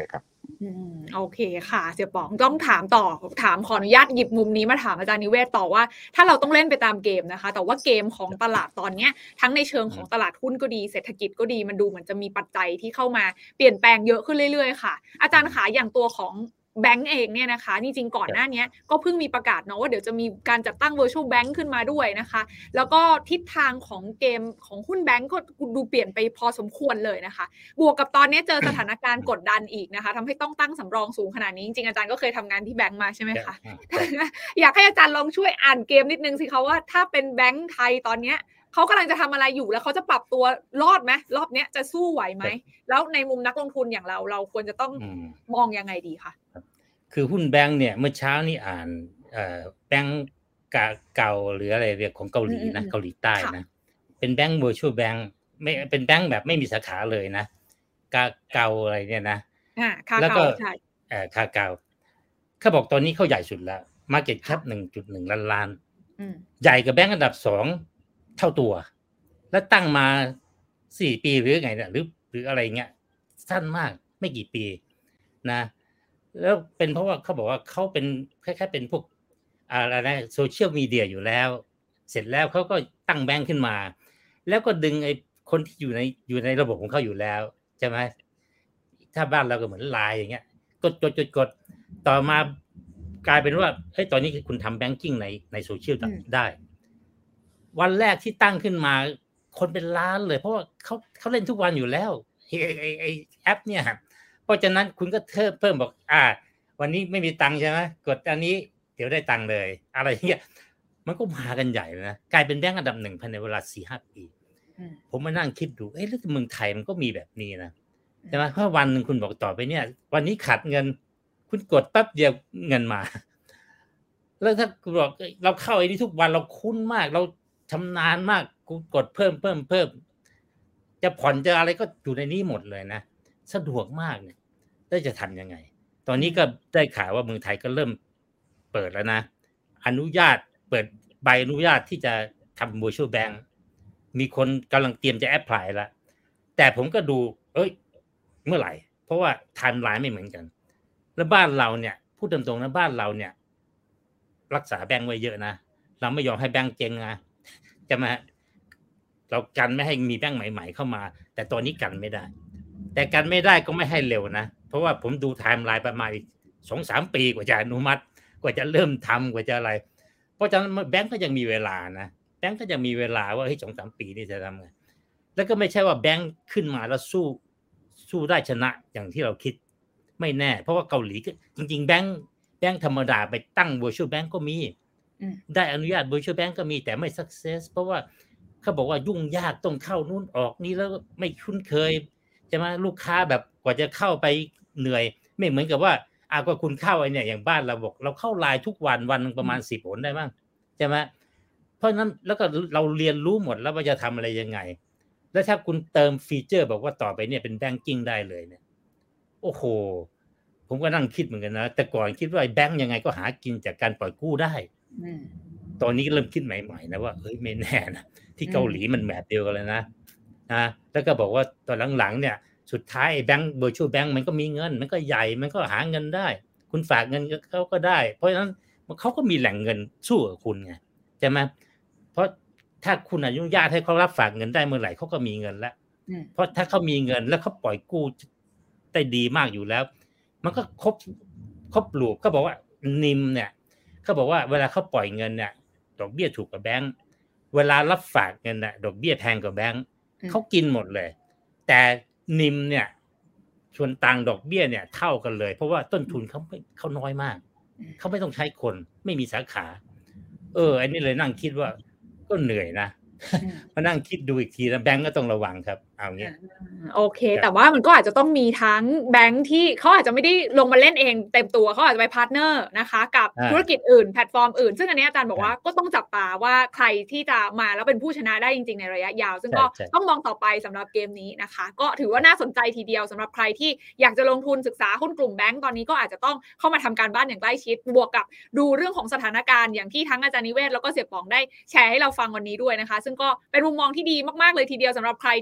อืมโอเคค่ะเสี่ยป๋องต้องถามต่อถามขออนุญาตหยิบมุมนี้มาถามอาจารย์นิเวศต่อว่าถ้าเราต้องเล่นไปตามเกมนะคะแต่ว่าเกมของตลาดตอนเนี้ยทั้งในเชิงของตลาดหุ้นก็ดีเศรษฐกิจก็ดีมันดูเหมือนจะมีปัจจัยที่เข้ามาเปลี่ยนแปลงเยอะขึ้นเรื่อยๆค่ะอาจารย์ขาอย่างตัวของแบงก์เองเนี่ยนะคะจริงๆก่อนหน้านี้ก็เพิ่งมีประกาศเนาะว่าเดี๋ยวจะมีการจัดตั้ง virtual bank ขึ้นมาด้วยนะคะแล้วก็ทิศทางของเกมของหุ้นแบงก์ก็ดูเปลี่ยนไปพอสมควรเลยนะคะบวกกับตอนนี้เจอสถานการณ์กดดันอีกนะคะทำให้ต้องตั้งสำรองสูงขนาดนี้จริงๆอาจารย์ก็เคยทำงานที่แบงก์มาใช่ไหมคะอยากให้อาจารย์ลองช่วยอ่านเกมนิดนึงสิคะว่าถ้าเป็นแบงก์ไทยตอนนี้เขากำลังจะทำอะไรอยู่แล้วเขาจะปรับตัวรอดไหมรอบนี้จะสู้ไหวไหมแล้วในมุมนักลงทุนอย่างเราเราควรจะต้องมองยังไงดีคะคือหุ้นแบงค์เนี่ยเมื่อเช้านี่อ่านแบงค์เก่าหรืออะไรเรียกของเกาหลีนะเกาหลีใต้นะเป็นแบงค์ virtual bank ไม่เป็นแบงค์แบบไม่มีสาขาเลยนะกาเก่าอะไรเนี่ยนะแล้วก็เอ่อคาเก่าเขาบอกตอนนี้เขาใหญ่สุดแล้ว market cap หนึ่งจุดหนึ่ง ล้านล้านใหญ่กว่าแบงค์อันดับสองเท่าตัวแล้วตั้งมาสี่ปีหรือไงเนี่ยหรือหรืออะไรเงี้ยสั้นมากไม่กี่ปีนะแล้วเป็นเพราะว่าเขาบอกว่าเขาเป็นคล้ายๆเป็นพวกอะไรนะโซเชียลมีเดียอยู่แล้วเสร็จแล้วเขาก็ตั้งแบงค์ขึ้นมาแล้วก็ดึงไอ้คนที่อยู่ในอยู่ในระบบของเขาอยู่แล้วใช่ไหมถ้าบ้านเราก็เหมือนไลน์อย่างเงี้ยกดกดกดกดต่อมากลายเป็นว่าเฮ้ยตอนนี้คุณทำแบงกิ้งในในโซเชียลได้วันแรกที่ตั้งขึ้นมาคนเป็นล้านเลยเพราะว่าเขาเขาเล่นทุกวันอยู่แล้วไอ้ไอ้ไอ้แอปเนี่ยเพราะฉะนั้นคุณก็เพิ่มเพิ่มบอกอ่าวันนี้ไม่มีตังค์ใช่ไหมกดอันนี้เดี๋ยวได้ตังค์เลยอะไรเงี้ยมันก็มากันใหญ่เลยนะกลายเป็นแบงก์อันดับหนึ่งภายในเวลา สี่ห้า ปีผมมานั่งคิดดูเอ๊ะแล้วเมืองไทยมันก็มีแบบนี้นะใช่ไหมเพราะวันนึงคุณบอกต่อไปเนี่ยวันนี้ขาดเงินคุณกดแป๊บเดียวเงินมาแล้วถ้าคุณบอกเราเข้าไอ้นี่ทุกวันเราคุ้นมากเราชำนาญมากกูกดเพิ่มเพิ่มเพิ่มจะผ่อนจะอะไรก็อยู่ในนี้หมดเลยนะสะดวกมากเนี่ยแล้วจะทำยังไงตอนนี้ก็ได้ข่าวว่าเมืองไทยก็เริ่มเปิดแล้วนะอนุญาตเปิดใบอนุญาตที่จะทำ virtual bank มีคนกำลังเตรียมจะแอพพลายแล้วแต่ผมก็ดูเอ้ยเมื่อไหร่เพราะว่าไทม์ไลน์ไม่เหมือนกันแล้วบ้านเราเนี่ยพูดตรงๆนะบ้านเราเนี่ยรักษาแบงค์ไว้เยอะนะเราไม่ยอมให้แบงค์เจ๊งนะจะมาเรากันไม่ให้มีแบงค์ใหม่ๆเข้ามาแต่ตอนนี้กันไม่ได้แต่กันไม่ได้ก็ไม่ให้เร็วนะเพราะว่าผมดูไทม์ไลน์ประมาณ สองถึงสาม ปีกว่าจะอนุมัติกว่าจะเริ่มทำกว่าจะอะไรเพราะฉะนั้นแบงค์ก็ยังมีเวลานะแบงค์ก็จะมีเวลาว่าเฮ้ย สองถึงสาม ปีนี่จะทำไงแล้วก็ไม่ใช่ว่าแบงค์ขึ้นมาแล้วสู้สู้ได้ชนะอย่างที่เราคิดไม่แน่เพราะว่าเกาหลีจริงๆแบงค์แบงค์ธรรมดาไปตั้ง virtual bank ก็มีได้อนุญาต virtual bank ก็มีแต่ไม่ success เพราะว่าเขาบอกว่ายุ่งยากต้องเข้านู่นออกนี่แล้วไม่คุ้นเคยใช่ไหมลูกค้าแบบกว่าจะเข้าไปเหนื่อยไม่เหมือนกับว่าอ่ะก็คุณเข้าไอ้เนี่ยอย่างบ้านเราบอกเราเข้าไลน์ทุกวันวันนึงประมาณสิบหนได้มั้งใช่ไหมเพราะนั้นแล้วก็เราเรียนรู้หมดแล้วว่าจะทำอะไรยังไงแล้วถ้าคุณเติมฟีเจอร์บอกว่าต่อไปเนี่ยเป็นแบงกิ้งได้เลยเนี่ยโอ้โหผมก็นั่งคิดเหมือนกันนะแต่ก่อนคิดว่าแบงก์ยังไงก็หากินจากการปล่อยกู้ได้ตอนนี้เริ่มคิดใหม่ๆนะว่าเฮ้ยไม่แน่นะที่เกาหลีมันแบบเดียวกันเลยนะนะแล้วก็บอกว่าตอนหลังๆเนี่ยสุดท้ายแบงก์ virtual bank มันก็มีเงินมันก็ใหญ่มันก็หาเงินได้คุณฝากเงินเขาก็ได้เพราะฉะนั้นเขาก็มีแหล่งเงินสู้กับคุณไงใช่ไหมเพราะถ้าคุณอนุญาตให้เขารับฝากเงินได้เมื่อไหร่เขาก็มีเงินแล้วเพราะถ้าเขามีเงินแล้วเขาปล่อยกู้ได้ดีมากอยู่แล้วมันก็ครบครบลูปเขาบอกว่านิมเนี่ยเขาบอกว่าเวลาเขาปล่อยเงินเนี่ยดอกเบี้ยถูกกว่าแบงก์เวลารับฝากเงินน่ะดอกเบี้ยแพงกว่าแบงก์เขากินหมดเลยแต่นิมเนี่ยส่วนต่างดอกเบี้ยเนี่ยเท่ากันเลยเพราะว่าต้นทุนเขาเขาน้อยมากเขาไม่ต้องใช้คนไม่มีสาขาเอออันนี้เลยนั่งคิดว่าก็เหนื่อยนะมานั่งคิดดูอีกทีนะแบงก์ก็ต้องระวังครับเอาเงี้ยโอเคแต่ว่ามันก็อาจจะต้องมีทั้งแบงก์ที่เขาอาจจะไม่ได้ลงมาเล่นเองเต็มตัวเขาอาจจะไปพาร์ทเนอร์นะคะกับธุรกิจอื่นแพลตฟอร์มอื่นซึ่งอันนี้อาจารย์บอกว่าก็ต้องจับตาว่าใครที่จะมาแล้วเป็นผู้ชนะได้จริงๆในระยะยาวซึ่งก็ต้องมองต่อไปสำหรับเกมนี้นะคะก็ถือว่าน่าสนใจทีเดียวสำหรับใครที่อยากจะลงทุนศึกษาหุ้นกลุ่มแบงก์ตอนนี้ก็อาจจะต้องเข้ามาทำการบ้านอย่างใกล้ชิดบวกกับดูเรื่องของสถานการณ์อย่างที่ทั้งอาจารย์นิเวศแล้วก็เสี่ยป๋องได้แชร์ให้เราฟังวันนี้ด้วยนะคะซึ่งก็เป็นมุมมองที่ดีมากๆเลยทีเดียวสำหรับใครที่อยากจะ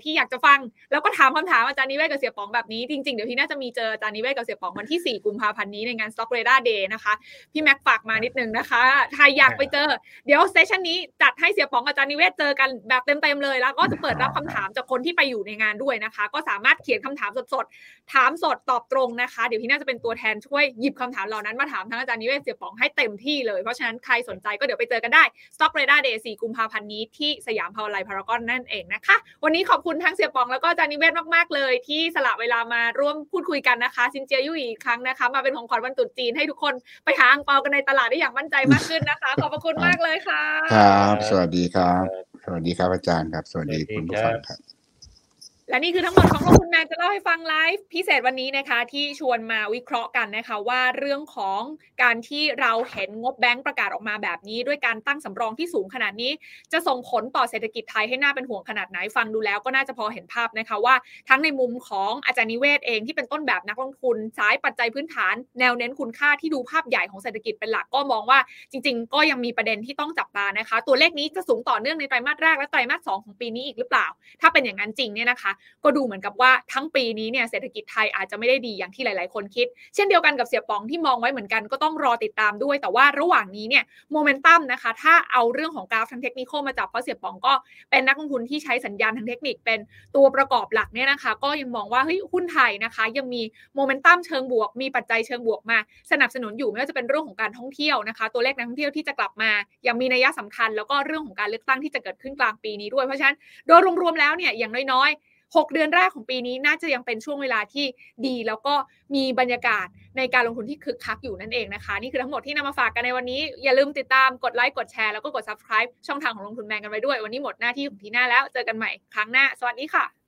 ฟังแล้วก็ถามคำถามอาจารย์นิเวศกับเสี่ยป๋องแบบนี้จริงๆเดี๋ยวที่น่าจะมีเจออาจารย์นิเวศกับเสี่ยป๋องวันที่สี่กุมภาพันธ์นี้ในงาน Stock Radar Day นะคะพี่แม็กฝากมานิดนึงนะคะใครอยากไปเจอเดี๋ยวเซสชั่นนี้จัดให้เสี่ยป๋องอาจารย์นิเวศเจอกันแบบเต็มๆเลยแล้วก็จะเปิดรับคำถามจากคนที่ไปอยู่ในงานด้วยนะคะก็สามารถเขียนคำถามสดๆถามสดตอบตรงนะคะเดี๋ยวพี่น่าจะเป็นตัวแทนช่วยหยิบคำถามเหล่านั้นมาถามทั้งอาจารย์นิเวศเสี่ยป๋องให้เต็มที่เลยเพราะฉะนั้นใครสนใจก็เดี๋ยวไปเจอกันได้ Stock Radar Day สี่กุมภาพันธ์นี้ที่สยามพาวไลน์พารากอนนั่นเองนะคะวันนี้ขอบคุณทั้งเสี่ยป๋องแล้วก็อาจารย์นิเวศมากๆเลยที่สละเวลามาร่วมพูดคุยกันนะคะซินเจียยู่อีกครั้งนะคะมาเป็นของขวัญวันตรุษจีนให้ทุกคนไปหาอั่งเปากันในตลาดได้อย่างมั่นใจมากขึ้นนะคะขอบพระคุณมากเลยค่ะครับสวัสดีครับสวัสดีครับอาจารย์ครับสวัสดีคุณผู้ฟังครับและนี่คือทั้งหมดของลงทุนแมนจะเล่าให้ฟังไลฟ์พิเศษวันนี้นะคะที่ชวนมาวิเคราะห์กันนะคะว่าเรื่องของการที่เราเห็นงบแบงก์ประกาศออกมาแบบนี้ด้วยการตั้งสำรองที่สูงขนาดนี้จะส่งผลต่อเศรษฐกิจไทยให้น่าเป็นห่วงขนาดไหนฟังดูแล้วก็น่าจะพอเห็นภาพนะคะว่าทั้งในมุมของอาจารย์นิเวศเองที่เป็นต้นแบบนักลงทุนสายปัจจัยพื้นฐานแนวเน้นคุณค่าที่ดูภาพใหญ่ของเศรษฐกิจเป็นหลักก็มองว่าจริงๆก็ยังมีประเด็นที่ต้องจับตานะคะตัวเลขนี้จะสูงต่อเนื่องในไตรมาสแรกและไตรมาสสองของปีนี้อีกหรือเปล่าถ้าเป็นอย่างนั้นจริงเนี่ยนะคะก็ดูเหมือนกับว่าทั้งปีนี้เนี่ยเศรษฐกิจไทยอาจจะไม่ได้ดีอย่างที่หลายๆคนคิดเช่นเดียวกันกับเสี่ยป๋องที่มองไว้เหมือนกันก็ต้องรอติดตามด้วยแต่ว่าระหว่างนี้เนี่ยโมเมนตัมนะคะถ้าเอาเรื่องของกราฟทางเทคนิคมาจับเพราะเสี่ยป๋องก็เป็นนักลงทุนที่ใช้สัญญาณทางเทคนิคเป็นตัวประกอบหลักเนี่ยนะคะก็ยังมองว่าเฮ้ยหุ้นไทยนะคะยังมีโมเมนตัมเชิงบวกมีปัจจัยเชิงบวกมาสนับสนุนอยู่ไม่ว่าจะเป็นเรื่องของการท่องเที่ยวนะคะตัวเลขนักท่องเที่ยวที่จะกลับมายังมีนัยสำคัญแล้วก็เรื่องของการเลือกตั้งที่จะเกิดขึ้นกลางปีนี้ด้วยเพราะฉะนั้นโดยรวมๆแล้วเนี่ยอย่างน้อยหกเดือนแรกของปีนี้น่าจะยังเป็นช่วงเวลาที่ดีแล้วก็มีบรรยากาศในการลงทุนที่คึกคักอยู่นั่นเองนะคะนี่คือทั้งหมดที่นำมาฝากกันในวันนี้อย่าลืมติดตามกดไลค์กดแชร์แล้วก็กด Subscribe ช่องทางของลงทุนแมนกันไว้ด้วยวันนี้หมดหน้าที่ของทีน่าแล้วเจอกันใหม่ครั้งหน้าสวัสดีค่ะ